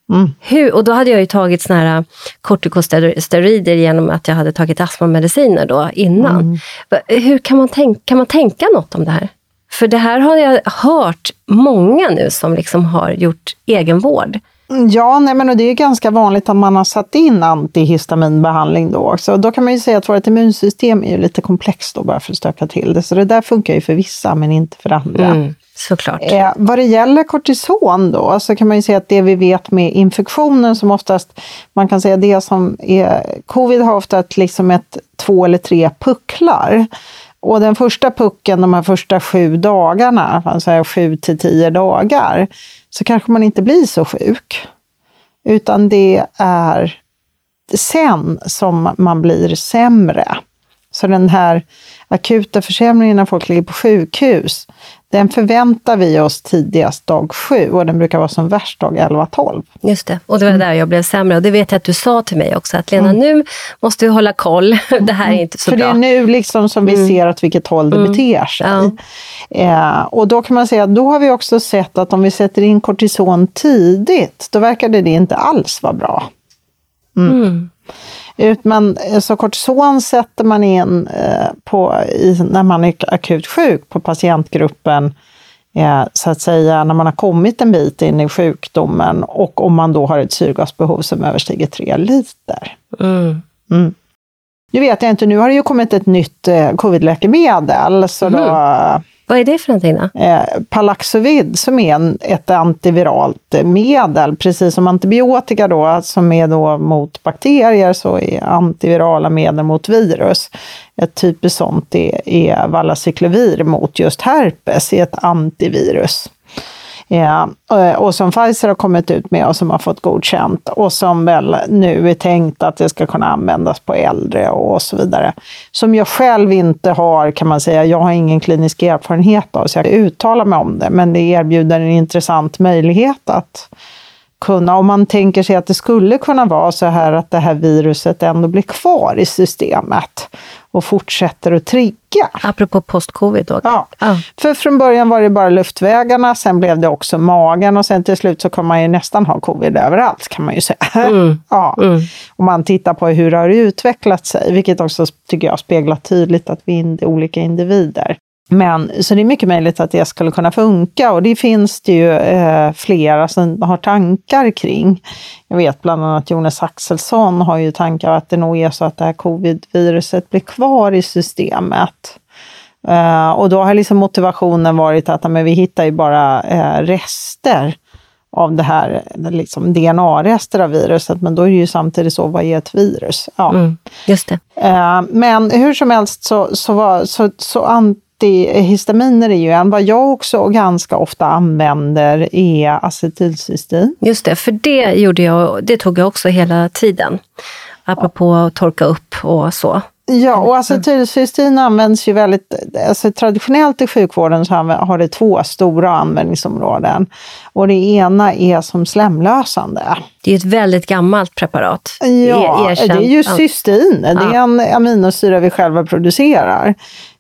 Och då hade jag ju tagit såna här kortikosteroider genom att jag hade tagit astmamediciner då innan. Hur kan man tänka något om det här? För det här har jag hört många nu som liksom har gjort egenvård. Ja, men det är ganska vanligt att man har satt in antihistaminbehandling då också. Då kan man ju säga att vårt immunsystem är ju lite komplext då, bara för att stöka till det. Så det där funkar ju för vissa men inte för andra. Såklart. Vad det gäller kortison då så kan man ju säga att det vi vet med infektionen som oftast, man kan säga det som är, covid har ofta liksom 2 eller 3 pucklar. Och den första pucken, de här första 7 dagarna, alltså 7-10 dagar, så kanske man inte blir så sjuk. Utan det är sen som man blir sämre. Så den här akuta försämringen när folk ligger på sjukhus, den förväntar vi oss tidigast dag 7 och den brukar vara som värst dag 11-12. Just det, och det var där jag blev sämre och det vet jag att du sa till mig också att Lena, nu måste du hålla koll, det här är inte så bra. För det är nu liksom som vi ser att vilket håll det beter sig. Och då kan man säga att då har vi också sett att om vi sätter in kortison tidigt, då verkar det inte alls vara bra. Utan så kortison sätter man in när man är akut sjuk på patientgruppen, så att säga, när man har kommit en bit in i sjukdomen och om man då har ett syrgasbehov som överstiger 3 liter. Nu vet jag inte, nu har det ju kommit ett nytt covid-läkemedel. Så då, vad är det för någonting då? Paxlovid, som är ett antiviralt medel, precis som antibiotika då, som är då mot bakterier, så är antivirala medel mot virus. Ett typiskt sånt är Valacyclovir mot just herpes, är ett antivirus. Och som Pfizer har kommit ut med och som har fått godkänt och som väl nu är tänkt att det ska kunna användas på äldre och så vidare. Som jag själv inte har, kan man säga, jag har ingen klinisk erfarenhet av så jag kan uttala mig om det, men det erbjuder en intressant möjlighet att kunna, om man tänker sig att det skulle kunna vara så här att det här viruset ändå blir kvar i systemet och fortsätter att trigga. Apropå post-covid då? Ja, för från början var det bara luftvägarna, sen blev det också magen och sen till slut så kan man ju nästan ha covid överallt, kan man ju säga. Om man tittar på hur det har utvecklat sig, vilket också tycker jag speglar tydligt att vi är olika individer. Men så det är mycket möjligt att det skulle kunna funka och det finns det ju flera som har tankar kring. Jag vet bland annat Jonas Axelsson har ju tankar att det nog är så att det här covid-viruset blir kvar i systemet. Och då har liksom motivationen varit att men vi hittar ju bara rester av det här, liksom DNA-rester av viruset, men då är det ju samtidigt så, vad är ett virus? Ja. Just det. Men hur som helst så antihistaminer är ju en. Vad jag också ganska ofta använder är acetylcystein. Just det, för det tog jag också hela tiden. Apropå att torka upp och så. Ja, och acetylcystein används ju väldigt, alltså traditionellt i sjukvården så har det 2 stora användningsområden. Och det ena är som slemlösande. Det är ett väldigt gammalt preparat. Ja, det är ju cystein. Det är en aminosyra vi själva producerar.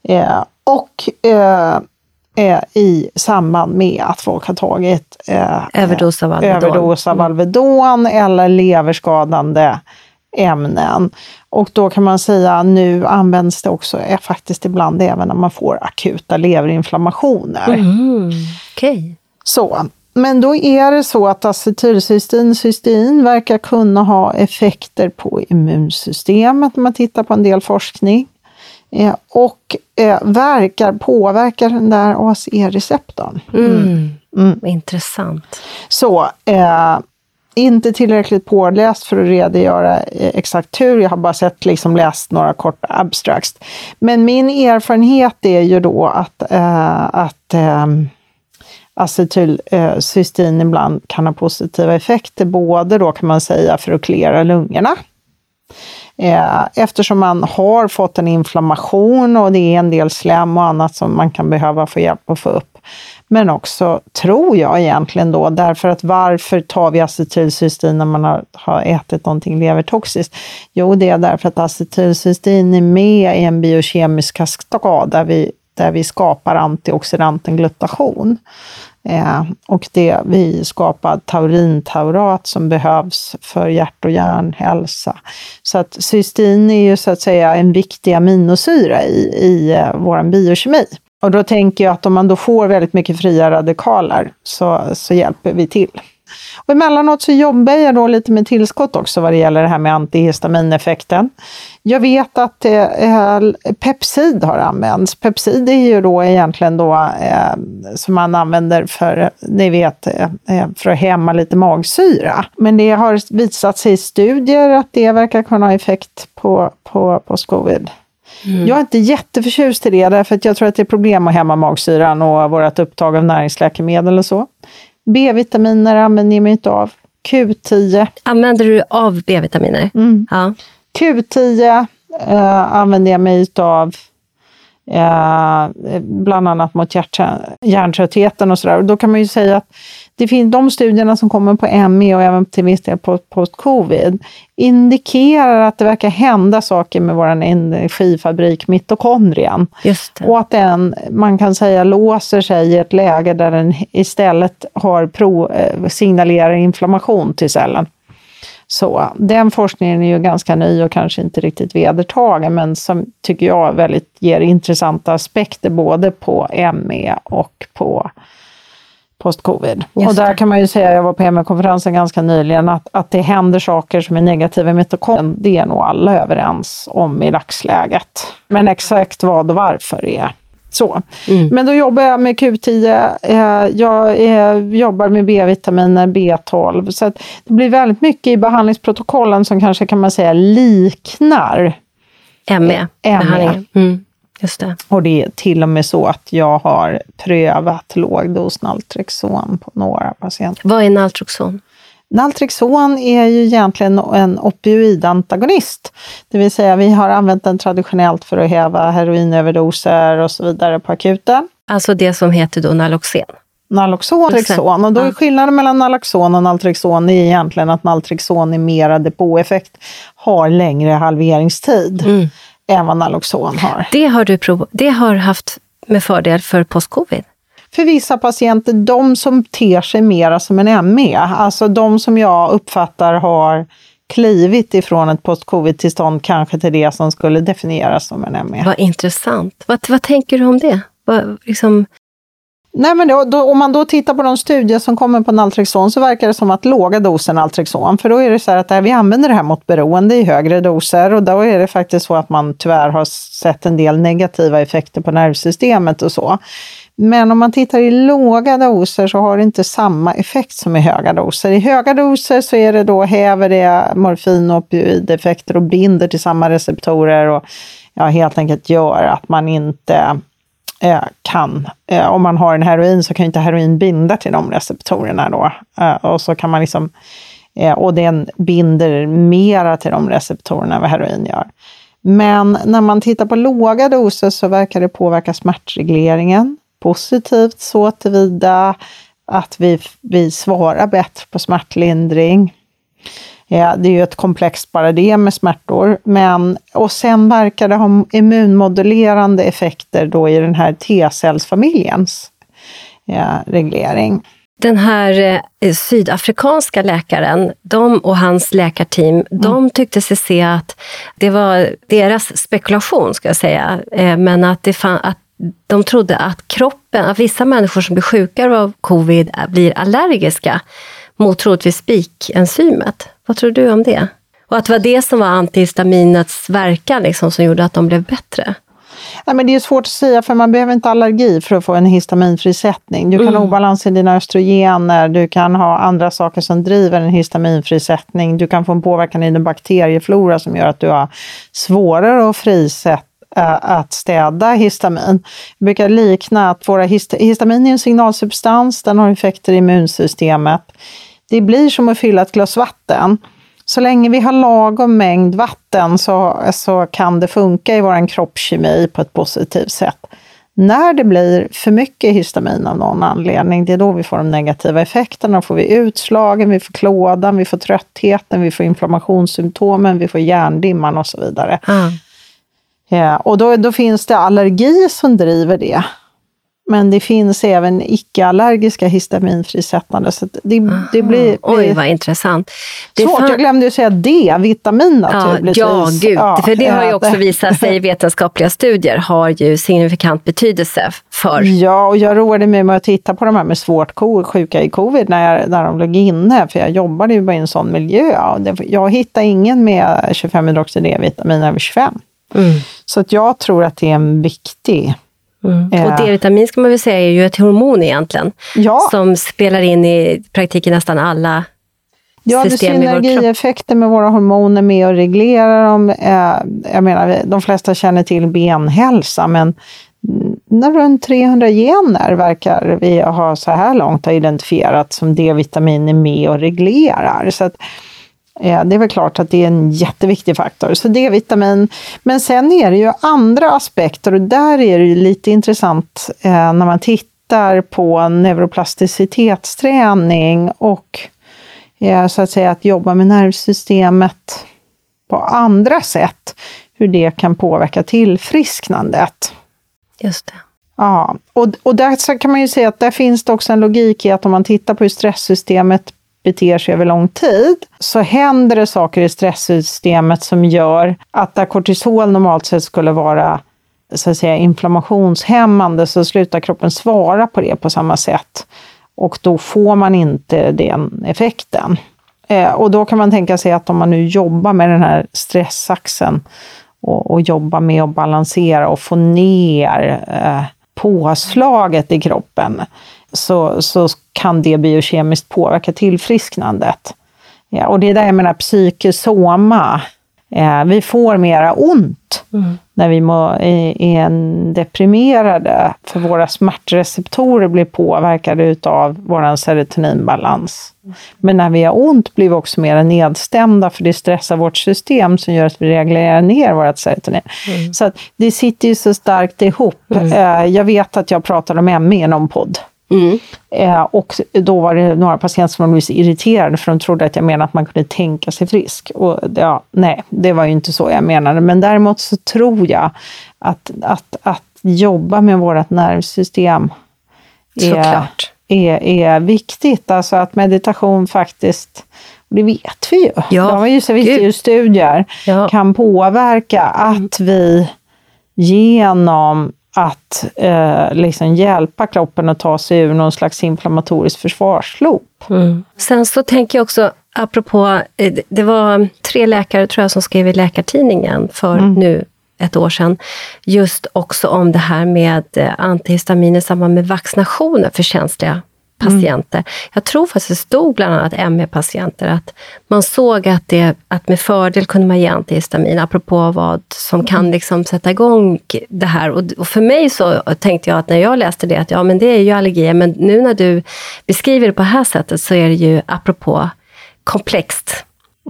I samband med att folk har tagit överdos av Alvedon eller leverskadande ämnen. Och då kan man säga nu används det också faktiskt ibland även när man får akuta leverinflammationer. Okej. Så, men då är det så att acetylcystein verkar kunna ha effekter på immunsystemet när man tittar på en del forskning. Och påverkar den där ACE-receptorn. Intressant. Så, inte tillräckligt påläst för att redogöra exakt hur. Jag har bara läst några korta abstracts. Men min erfarenhet är ju då att acetylcystein ibland kan ha positiva effekter. Både då kan man säga för att klära lungorna. Eftersom man har fått en inflammation och det är en del slem och annat som man kan behöva få hjälp att få upp. Men också, tror jag egentligen då, därför att varför tar vi acetylcystein när man har ätit någonting levertoxiskt? Jo, det är därför att acetylcystein är med i en biokemisk kaskad där vi skapar antioxidanten glutation. Och vi skapar taurintaurat som behövs för hjärt- och hjärnhälsa. Så att cystein är ju så att säga en viktig aminosyra i vår biokemi. Och då tänker jag att om man då får väldigt mycket fria radikaler så hjälper vi till. Och emellanåt så jobbar jag då lite med tillskott också vad det gäller det här med antihistamineffekten. Jag vet att pepsid har använts. Pepsid är ju då egentligen då som man använder för att hämma lite magsyra. Men det har visat sig i studier att det verkar kunna ha effekt på post-covid. Jag är inte jätteförtjust i det därför att jag tror att det är problem att hämma magsyran och vårt upptag av näringsläkemedel och så. B-vitaminer använder jag mig inte av. Q10. Använder du av B-vitaminer? Ja. Q10 använder jag mig av. Bland annat mot hjärntröttheten och sådär. Och då kan man ju säga att det finns de studierna som kommer på ME och även till viss del på post-covid indikerar att det verkar hända saker med vår energifabrik mitokondrien. Just det. Och att den, man kan säga, låser sig i ett läge där den istället signalerar inflammation till cellen. Så den forskningen är ju ganska ny och kanske inte riktigt vedertagen, men som tycker jag väldigt ger intressanta aspekter både på ME och på post-covid. Och där kan man ju säga, jag var på ME-konferensen ganska nyligen, att det händer saker som är negativa i mitokondrien. Det är nog alla överens om i dagsläget. Men exakt vad och varför är så. Men då jobbar jag med Q10, jag jobbar med B-vitaminer, B12. Så att det blir väldigt mycket i behandlingsprotokollen som kanske kan man säga liknar ME. Just det. Och det är till och med så att jag har prövat lågdos naltrexon på några patienter. Vad är naltrexon? Naltrexon är ju egentligen en opioidantagonist. Det vill säga vi har använt den traditionellt för att häva heroinöverdoser och så vidare på akuten. Alltså det som heter då Naloxen. Naloxon. Och då är skillnaden mellan Naloxon och Naltrexon är egentligen att Naltrexon är mera depåeffekt, har längre halveringstid än vad Naloxon har. Det har haft med fördel för post-covid? För vissa patienter, de som ter sig mera som en ME, alltså de som jag uppfattar har klivit ifrån ett post-covid-tillstånd kanske till det som skulle definieras som en ME. Vad intressant. Vad tänker du om det? Nej, men om man då tittar på de studier som kommer på naltrexon så verkar det som att låga doser naltrexon, för då är det så här att vi använder det här mot beroende i högre doser, och då är det faktiskt så att man tyvärr har sett en del negativa effekter på nervsystemet och så. Men om man tittar i låga doser så har det inte samma effekt som i höga doser. I höga doser så är det då häver det morfin- och opioideffekter och binder till samma receptorer och helt enkelt gör att man inte kan, om man har en heroin så kan inte heroin binda till de receptorerna då. Och så kan man liksom, och den binder mera till de receptorerna än vad heroin gör. Men när man tittar på låga doser så verkar det påverka smärtregleringen positivt så tillvida att vi svarar bättre på smärtlindring. Ja, det är ju ett komplext paradigm med smärtor. Och sen verkar det ha immunmodulerande effekter då i den här T-cellsfamiljens reglering. Den här sydafrikanska läkaren, de och hans läkarteam, de tyckte sig se att det var deras spekulation ska jag säga, men att de trodde att kroppen, att vissa människor som blir sjuka av covid blir allergiska mot troligtvis spikenzymet. Vad tror du om det? Och att det var det som var antihistaminets verkan liksom, som gjorde att de blev bättre? Nej, men det är svårt att säga, för man behöver inte allergi för att få en histaminfrisättning. Du kan ha obalans i dina östrogener, du kan ha andra saker som driver en histaminfrisättning, du kan få en påverkan i din bakterieflora som gör att du har svårare att städa histamin. Jag brukar likna att histamin är en signalsubstans, den har effekter i immunsystemet. Det blir som att fylla ett glas vatten. Så länge vi har lagom mängd vatten så kan det funka i vår kroppskemi på ett positivt sätt. När det blir för mycket histamin av någon anledning, det är då vi får de negativa effekterna. Då får vi utslagen, vi får klådan, vi får tröttheten, vi får inflammationssymptomen, vi får hjärndimman och så vidare. Ja, och då finns det allergi som driver det. Men det finns även icke-allergiska histaminfrisättande. Så det blir... Oj, vad intressant. Jag glömde ju säga D-vitamin naturligtvis. Ja, gud. För det har ju också visat sig i vetenskapliga studier har ju signifikant betydelse för... Ja, och jag roade mig med att titta på de här med svårt sjuka i covid när de låg inne. För jag jobbade ju bara i en sån miljö. Och jag hittade ingen med 25-hydroxy D-vitamin över 25. Så att jag tror att det är en viktig... Och D-vitamin ska man väl säga är ju ett hormon egentligen. Ja. Som spelar in i praktiken nästan alla system i vår kropp. Ja, det är synergieffekter med våra hormoner med och reglerar dem. Jag menar, de flesta känner till benhälsa, men runt 300 gener verkar vi ha så här långt identifierat som D-vitamin är med och reglerar. Så att det är väl klart att det är en jätteviktig faktor. Så D-vitamin. Men sen är det ju andra aspekter, och där är det ju lite intressant när man tittar på neuroplasticitetsträning och så att säga att jobba med nervsystemet på andra sätt. Hur det kan påverka tillfrisknandet. Just det. Ja, och där så kan man ju säga att där finns det också en logik i att om man tittar på hur stresssystemet beter sig över lång tid, så händer det saker i stresssystemet som gör att där kortisol normalt sett skulle vara så att säga inflammationshämmande, så slutar kroppen svara på det på samma sätt. Och då får man inte den effekten. Och då kan man tänka sig att om man nu jobbar med den här stressaxeln och jobbar med att balansera och få ner påslaget i kroppen, så kan det biokemiskt påverka tillfrisknandet. Ja, och det är där jag menar psykosoma. Vi får mera ont när vi är deprimerade, för våra smärtreceptorer blir påverkade av vår serotoninbalans. Men när vi har ont blir vi också mer nedstämda, för det stressar vårt system som gör att vi reglerar ner vårt serotonin. Så att det sitter ju så starkt ihop. Jag vet att jag pratade om ME i någon podd. Och då var det några patienter som blev så irriterade, för de trodde att jag menade att man kunde tänka sig frisk. Och nej, det var ju inte så jag menade. Men däremot så tror jag att jobba med vårt nervsystem är viktigt. Alltså att meditation faktiskt, det vet vi ju. Ja, det finns ju studier kan påverka att vi genom att liksom hjälpa kroppen att ta sig ur någon slags inflammatorisk försvarsloop. Sen så tänker jag också, apropå, det var 3 läkare tror jag som skrev i Läkartidningen för nu ett år sedan, just också om det här med antihistamin i samband med vaccinationer för känsliga patienter. Jag tror faktiskt det stod bland annat ME-patienter att man såg att med fördel kunde man ge antihistamin, apropå vad som kan liksom sätta igång det här. Och för mig så tänkte jag att när jag läste det att men det är ju allergier, men nu när du beskriver det på det här sättet så är det ju apropå komplext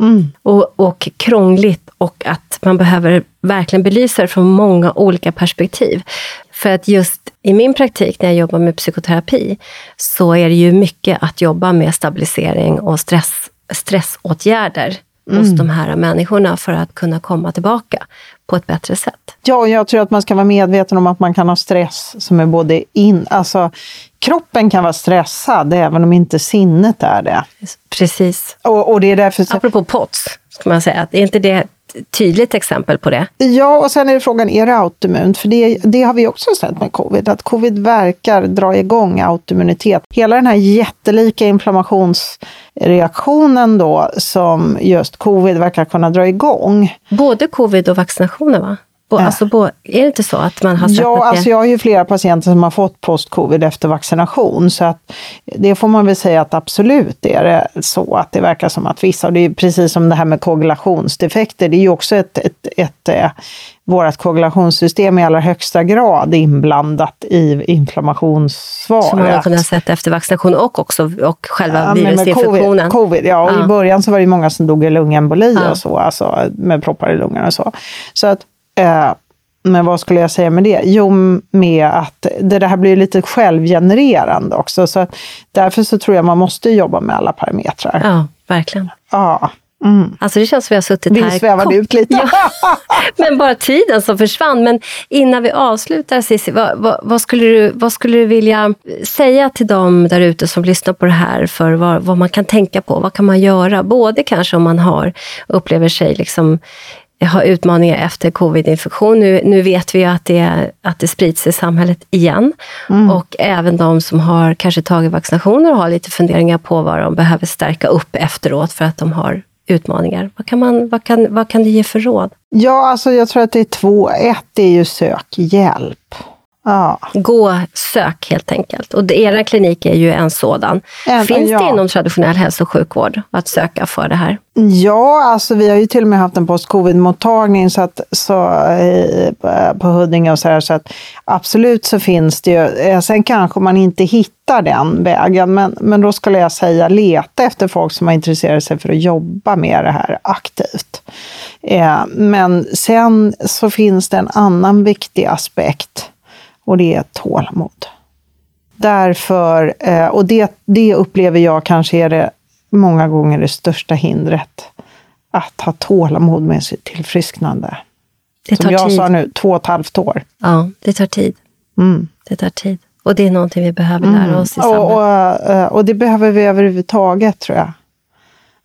och krångligt, och att man behöver verkligen belysa det från många olika perspektiv. För att just i min praktik när jag jobbar med psykoterapi så är det ju mycket att jobba med stabilisering och stressåtgärder hos de här människorna för att kunna komma tillbaka på ett bättre sätt. Ja, jag tror att man ska vara medveten om att man kan ha stress som är både alltså kroppen kan vara stressad även om inte sinnet är det. Precis. Och det är därför apropå POTS ska man säga, att är inte det tydligt exempel på det? Ja, och sen är frågan, är det autoimmunt? För det har vi också sett med covid, att covid verkar dra igång autoimmunitet. Hela den här jättelika inflammationsreaktionen då som just covid verkar kunna dra igång. Både covid och vaccinationer, va? Alltså, är det inte så att man har sett alltså jag har ju flera patienter som har fått post-covid efter vaccination, så att det får man väl säga att absolut är det så att det verkar som att vissa, och det är precis som det här med koagulationsdefekter, det är ju också vårt koagulationssystem i allra högsta grad inblandat i inflammationssvaret. Som man har kunnat sett efter vaccination och själva virusinfektionen. Covid, och i början så var det många som dog i lungemboli och så, alltså med proppar i lungorna och så. Så att men vad skulle jag säga med det? Jo, med att det här blir lite självgenererande också. Så att därför så tror jag man måste jobba med alla parametrar. Ja, verkligen. Ja. Alltså det känns som vi har suttit här. Vi svävade ut lite. Ja, men bara tiden som försvann. Men innan vi avslutar, Cissi, vad skulle du vilja säga till dem där ute som lyssnar på det här, för vad man kan tänka på? Vad kan man göra? Både kanske om man upplever sig liksom har utmaningar efter covid-infektion. Nu vet vi ju att det sprids i samhället igen. Och även de som har kanske tagit vaccinationer och har lite funderingar på vad de behöver stärka upp efteråt för att de har utmaningar. Vad kan du ge för råd? Ja, alltså jag tror att det är 2. 1 är ju sök hjälp. Ja. Sök helt enkelt. Och era klinik är ju en sådan. Finns det inom traditionell hälso- och sjukvård att söka för det här? Ja, alltså vi har ju till och med haft en post-covid-mottagning så på Huddinge och så här, så att absolut så finns det ju. Sen kanske man inte hittar den vägen, men då skulle jag säga leta efter folk som har intresserat sig för att jobba med det här aktivt. Men sen så finns det en annan viktig aspekt. Och det är tålamod. Därför, och det upplever jag kanske är det många gånger det största hindret. Att ha tålamod med sitt tillfrisknande. Det tar som jag tid. sa nu, 2,5 år. Ja, det tar tid. Det tar tid. Och det är någonting vi behöver lära oss i samhället. Och det behöver vi överhuvudtaget, tror jag.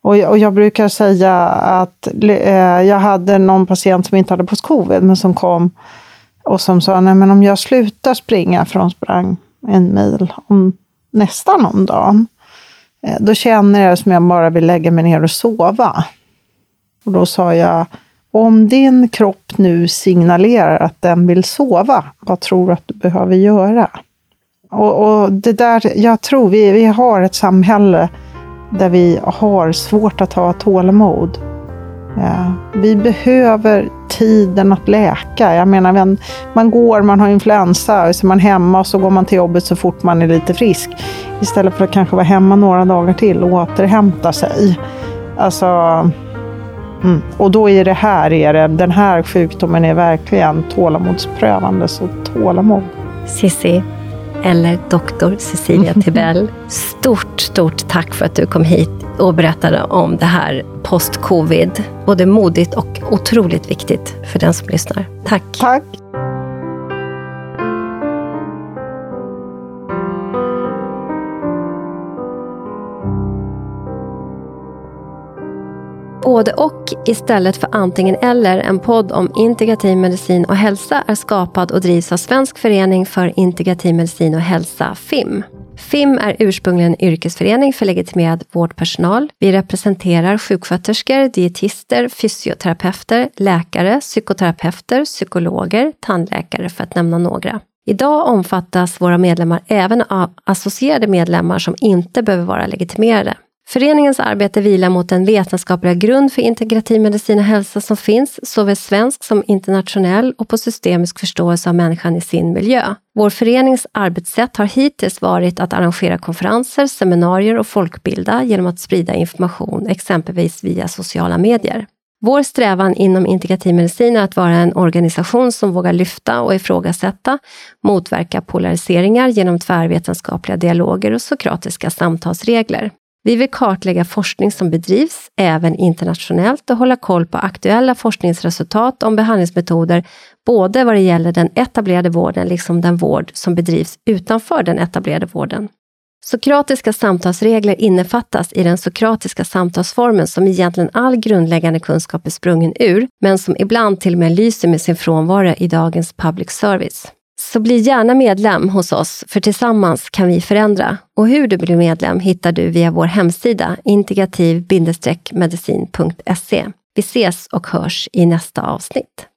Och jag brukar säga att jag hade någon patient som inte hade post-covid, men som kom och som sa, nej men om jag slutar springa, för hon sprang 1 mil nästan om dagen, då känner jag som jag bara vill lägga mig ner och sova. Och då sa jag, om din kropp nu signalerar att den vill sova, vad tror du att du behöver göra? Och det där, jag tror vi har ett samhälle där vi har svårt att ha tålamod. Vi behöver tiden att läka. Jag menar, man har influensa och så är man hemma och så går man till jobbet så fort man är lite frisk. Istället för att kanske vara hemma några dagar till och återhämta sig. Alltså, och då är den här sjukdomen är verkligen tålamodsprövande, så tålamod. Cissi, eller doktor Cecilia Tibell, stort tack för att du kom hit och berättade om det här post-covid. Både modigt och otroligt viktigt för den som lyssnar. Tack. Tack. Både och istället för antingen eller, en podd om integrativ medicin och hälsa är skapad och drivs av Svensk förening för integrativ medicin och hälsa, FIM. FIM är ursprungligen en yrkesförening för legitimerad vårdpersonal. Vi representerar sjuksköterskor, dietister, fysioterapeuter, läkare, psykoterapeuter, psykologer, tandläkare för att nämna några. Idag omfattas våra medlemmar även av associerade medlemmar som inte behöver vara legitimerade. Föreningens arbete vilar mot en vetenskapliga grund för integrativ medicin och hälsa som finns, såväl svensk som internationell, och på systemisk förståelse av människan i sin miljö. Vår förenings arbetssätt har hittills varit att arrangera konferenser, seminarier och folkbilda genom att sprida information, exempelvis via sociala medier. Vår strävan inom integrativ medicin är att vara en organisation som vågar lyfta och ifrågasätta, motverka polariseringar genom tvärvetenskapliga dialoger och sokratiska samtalsregler. Vi vill kartlägga forskning som bedrivs även internationellt och hålla koll på aktuella forskningsresultat om behandlingsmetoder, både vad det gäller den etablerade vården liksom den vård som bedrivs utanför den etablerade vården. Sokratiska samtalsregler innefattas i den sokratiska samtalsformen som egentligen all grundläggande kunskap är sprungen ur, men som ibland till och med lyser med sin frånvaro i dagens public service. Så bli gärna medlem hos oss, för tillsammans kan vi förändra. Och hur du blir medlem hittar du via vår hemsida integrativ-medicin.se. Vi ses och hörs i nästa avsnitt.